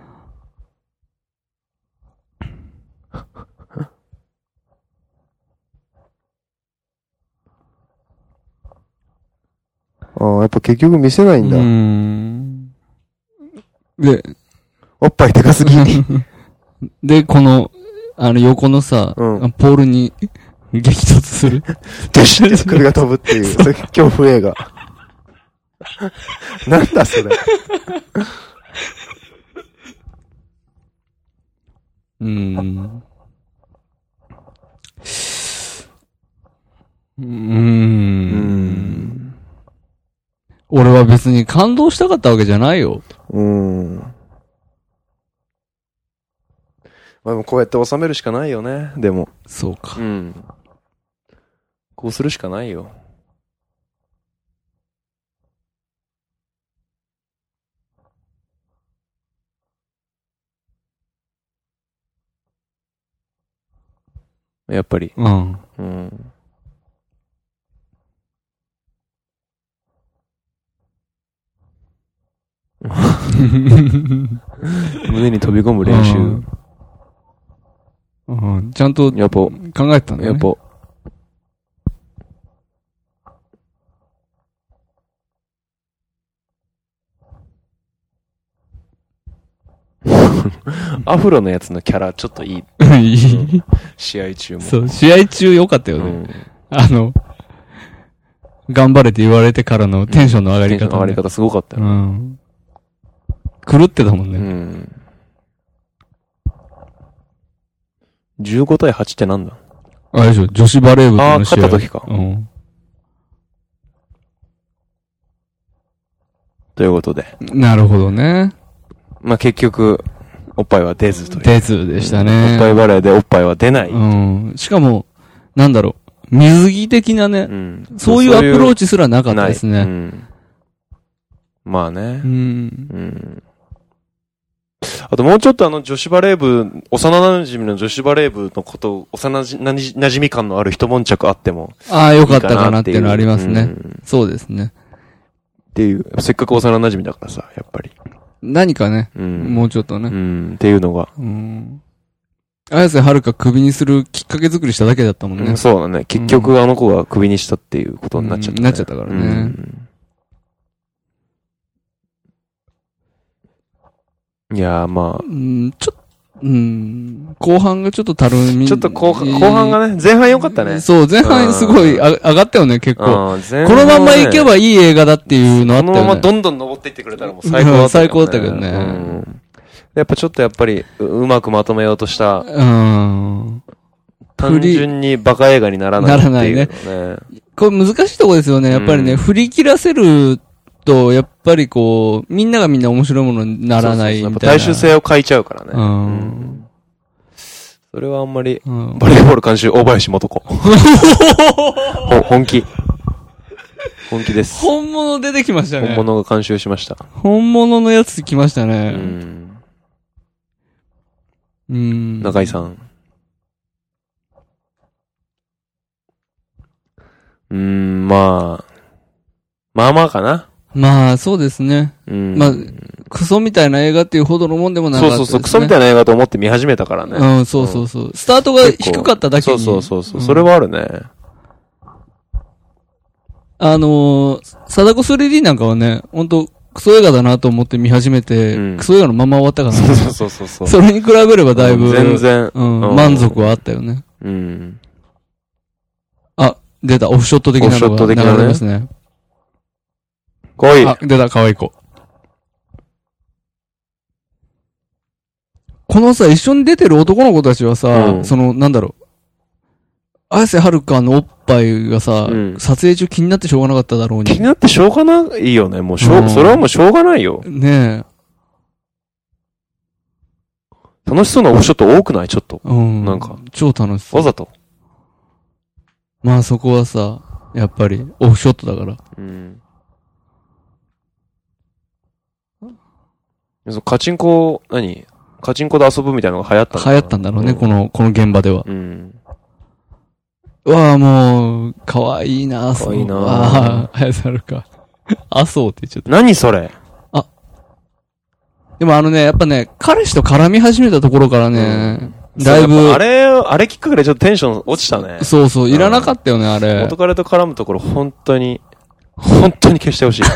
ああ、やっぱ結局見せないんだ。うーん。で、 おっぱいでかすぎ。 で、この、あの横のさ、うん、ポールに激突する。 でしって首が飛ぶっていう、恐怖映画。なんだそれ。 うーん。うーん。俺は別に感動したかったわけじゃないよ。 うーん。まあでもこうやって収めるしかないよね。でも。 そうか。 うん。こうするしかないよ。やっぱり。 うん。 うん。胸に飛び込む練習。 うん。ちゃんとやっぱ考えてたんだね。 やっぱ。 アフロのやつのキャラちょっといい。 いい。 試合中も。 そう、試合中良かったよね。うん、あの、頑張れって言われてからのテンションの上がり方、ね、 テンションの上がり方すごかったよね。うん。 狂ってたもんね。うん。じゅうごたいはちってなんだ？ あれでしょ、女子バレー部の試合。ああ、勝った時か。 うん。 ということで。 なるほどね。 まあ、結局、おっぱいは出ずという。 出ずでしたね。 おっぱいバレーでおっぱいは出ない。 うん。しかも、なんだろう、水着的なね、うん、そういうアプローチすらなかったですね。うん、 まあね。 うん。うんあともうちょっとあの女子バレー部、幼馴染の女子バレー部のことを、幼馴染感のある一悶着あってもいいかなっていう。 ああ、よかったかなっていうのありますね。うん、そうですね。 っていう、せっかく幼馴染だからさ、やっぱり。 何かね、うん、もうちょっとね。 うん、っていうのが。 うん。綾瀬はるかクビにするきっかけ作りしただけだったもんね。 うん、そうだね。結局あの子がクビにしたっていうことになっちゃった、ね。 うん、なっちゃったからね。うんいやーまあ。 うん、ちょっと、うん、後半がちょっとたるみ。 ちょっと後半、後半がね、前半良かったね。 そう、前半すごいあ上がったよね、結構。このまま行けばいい映画だっていうのあったよね。 このままどんどん登っていってくれたらもう最高だった、ね。 最高だったけどね、うん。 やっぱちょっとやっぱりう、うまくまとめようとした。うん。単純にバカ映画にならないっていう、ね。ならないね。 これ難しいとこですよね。やっぱりね、うん、振り切らせると、やっぱりこう、みんながみんな面白いものにならないみたいな。そうそうそう、やっぱ大衆性を欠いちゃうからね。うん。うん、それはあんまり、うん、バレーボール監修、大林素子。本気。本気です。 本物出てきましたね。 本物が監修しました。 本物のやつ来ましたね。うん。うん。 中井さん。うーん、まあ、まあまあかな。 まあ、そうですね。うん。まあ、クソみたいな映画っていうほどのもんでもなかったですね。 そうそうそう、クソみたいな映画と思って見始めたからね。 うん、そうそうそう。うん、スタートが低かっただけに。 そうそうそう、うん、それはあるね。 あのー、貞子 スリーディー なんかはね、ほんと、クソ映画だなと思って見始めて、うん、クソ映画のまま終わったからね。 そうそうそうそう。 それに比べればだいぶ、うん、 全然、 うん、満足はあったよね。うん。あ、出た、オフショット的なのが流れますね。 かわいい。 あ、出た、かわいい子。このさ、一緒に出てる男の子たちはさ、うん、その、なんだろう。綾瀬はるかのおっぱいがさ、うん、撮影中気になってしょうがなかっただろうに。 気になってしょうがないよね。もうしょう、うん、それはもうしょうがないよ。 ねえ。楽しそうなオフショット多くないちょっと。うん。なんか。 超楽しそう。 わざと。 まあそこはさ、やっぱりオフショットだから。うん。 カチンコ、何カチンコで遊ぶみたいなのが流行ったんだ流行ったんだろうね、うん、この、この現場では。うん。うわぁ、もう、かわいいなぁ、 かわいいなぁ。 ああ、あやさるか。あ、そうって言っちゃった。 何それあ。でもあのね、やっぱね、彼氏と絡み始めたところからね、うん、だいぶ。 あれ、あれきっかけでちょっとテンション落ちたね。 そうそう、いらなかったよね、あれ。 元彼と絡むところ、本当に、本当に消してほしい。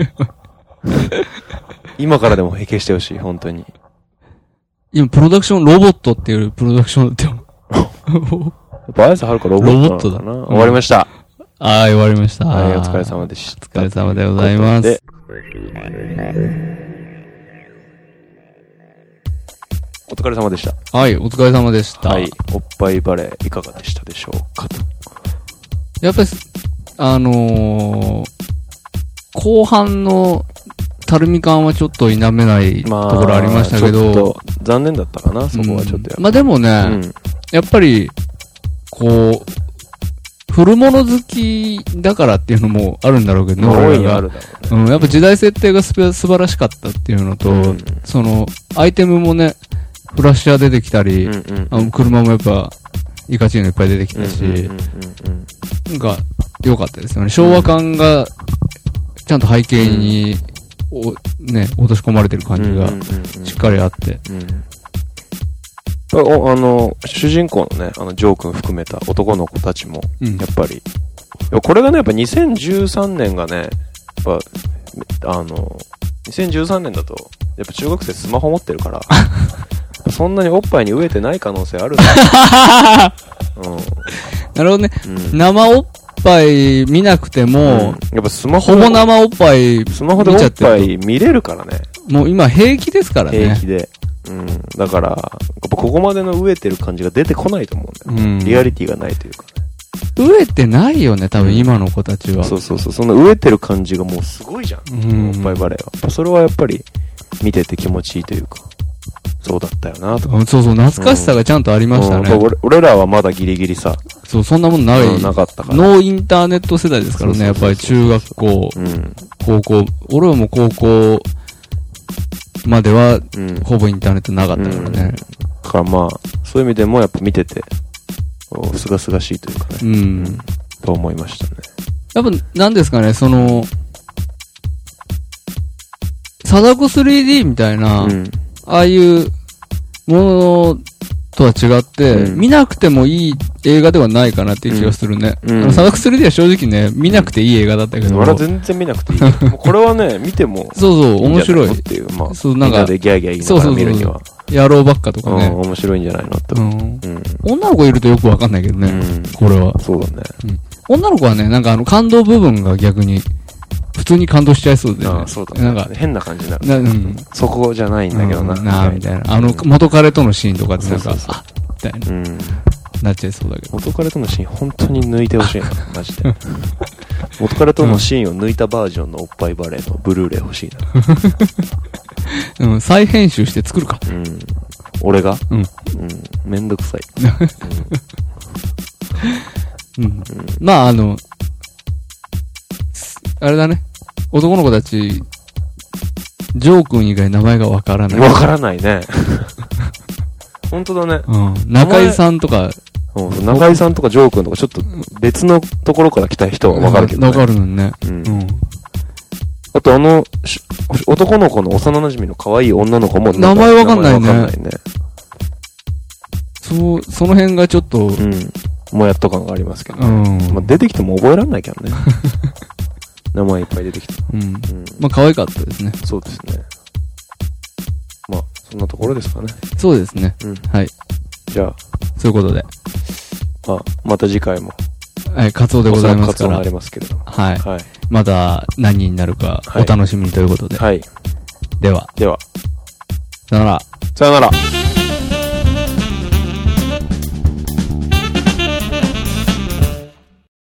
今からでも消してほしい、本当に。 今、プロダクションロボットっていうプロダクションだってよ。 綾瀬はるかロボットだな。終わりました。 はい、終わりました。 はい、お疲れ様でした。 お疲れ様でございます。 お疲れ様でした。 はい、お疲れ様でした。 はい、おっぱいバレーいかがでしたでしょうかと。 やっぱり、あのー、後半のたるみ感はちょっと否めないところありましたけど、まあ、ちょっと残念だったかな、そこはちょっとや、 うん、まあでもね、うん、やっぱり、こう、古物好きだからっていうのもあるんだろうけどね、 大いにあるだろうね。 うん、やっぱ時代設定がす素晴らしかったっていうのと、うん、その、アイテムもね、フラッシャー出てきたり、うんうんうん、あの車もやっぱ、イカチーノいっぱい出てきたし、うんうんうんうん、なんか、良かったですよね。昭和感が、ちゃんと背景に、うん、おね、落とし込まれてる感じが、しっかりあって。うんうんうんうんおあの、主人公のね、あの、ジョー君含めた男の子たちも、やっぱり、うん、これがね、やっぱにせんじゅうさんねんがね、やっぱ、あの、にせんじゅうさんねんだと、 やっぱ中学生スマホ持ってるから、そんなにおっぱいに飢えてない可能性あるんだよ。うん。 なるほどね。うん、生おっぱい見なくても、うん、 やっぱスマホほぼ生おっぱいスマホでおっぱい見れるからね。 もう今平気ですからね。 平気で。うん。だから、やっぱここまでの飢えてる感じが出てこないと思うんだよ。うん。リアリティがないというかね。 飢えてないよね、多分今の子たちは。 そうそうそう。その飢えてる感じがもうすごいじゃん。うん。おっぱいバレーは。それはやっぱり見てて気持ちいいというか。そうだったよなとか。 そうそう、懐かしさがちゃんとありましたね。 うん、俺, 俺らはまだギリギリさ。 そう、そんなもんない。 うん、なかったから。 ノーインターネット世代ですからね、やっぱり中学校、うん、高校。俺はもう高校までは、うん、ほぼインターネットなかったからね。うん、 だからまあ、そういう意味でもやっぱ見てて、すがすがしいというかね。うん。うん、と思いましたね。 やっぱ、なんですかね、その、貞子 スリーディー みたいな、うん、ああいうものとは違って、うん、見なくてもいい映画ではないかなっていう気がするね。うん、あの、貞子 スリーディー は正直ね、見なくていい映画だったけど。 俺は全然見なくていい。もうこれはね、見ても。 そうそう、面白い。 っていう、まあ、 そう、なんか。 みんなでギャーギャー言いながら見るには。 そうそうそう野郎ばっかとかね。 うん、面白いんじゃないのって。うん。うん、 女の子いるとよくわかんないけどね。うん、これは。 そうだね、 うん。女の子はね、なんかあの、感動部分が逆に、普通に感動しちゃいそうで、ね。 ああ、そうだね。なんか、変な感じになる。 なうん。 そこじゃないんだけどな。 うん、なあ、みたいな。あの、元彼とのシーンとかってなんか、そうそうそうあ、みたいな。うん。なっちゃいそうだけど。 元彼とのシーン本当に抜いてほしいな、マジで。元彼とのシーンを抜いたバージョンのおっぱいバレーのブルーレイ欲しいな。うん、再編集して作るか。 うん。俺がうん。うん。 めんどくさい。 うん。うん。まあ、あの、あれだね。男の子たち、ジョー君以外名前がわからない。 わからないね。本当だね。 うん。中井さんとか。 うん、中井さんとかジョー君とかちょっと別のところから来た人はわかるけどね。 わかるのね。うん。うん。 あとあの、男の子の幼馴染の可愛い女の子も名前わかんないね。 名前わかんないね。 そう、その辺がちょっと。うん。 もやっと感がありますけど、ね。うん。まあ、出てきても覚えられないけどね。名前いっぱい出てきた。うん。うん、 まあ、可愛かったですね。 そうですね。まあ、そんなところですかね。 そうですね。うん。はい。 じゃあ。 そういうことで。 まあ、また次回も。 はい、カツオでございますから。カツオになりますけれども。 はい。はい。まだ何人になるか、お楽しみにということで。 はい。 では。 では。 さよなら。 さよなら。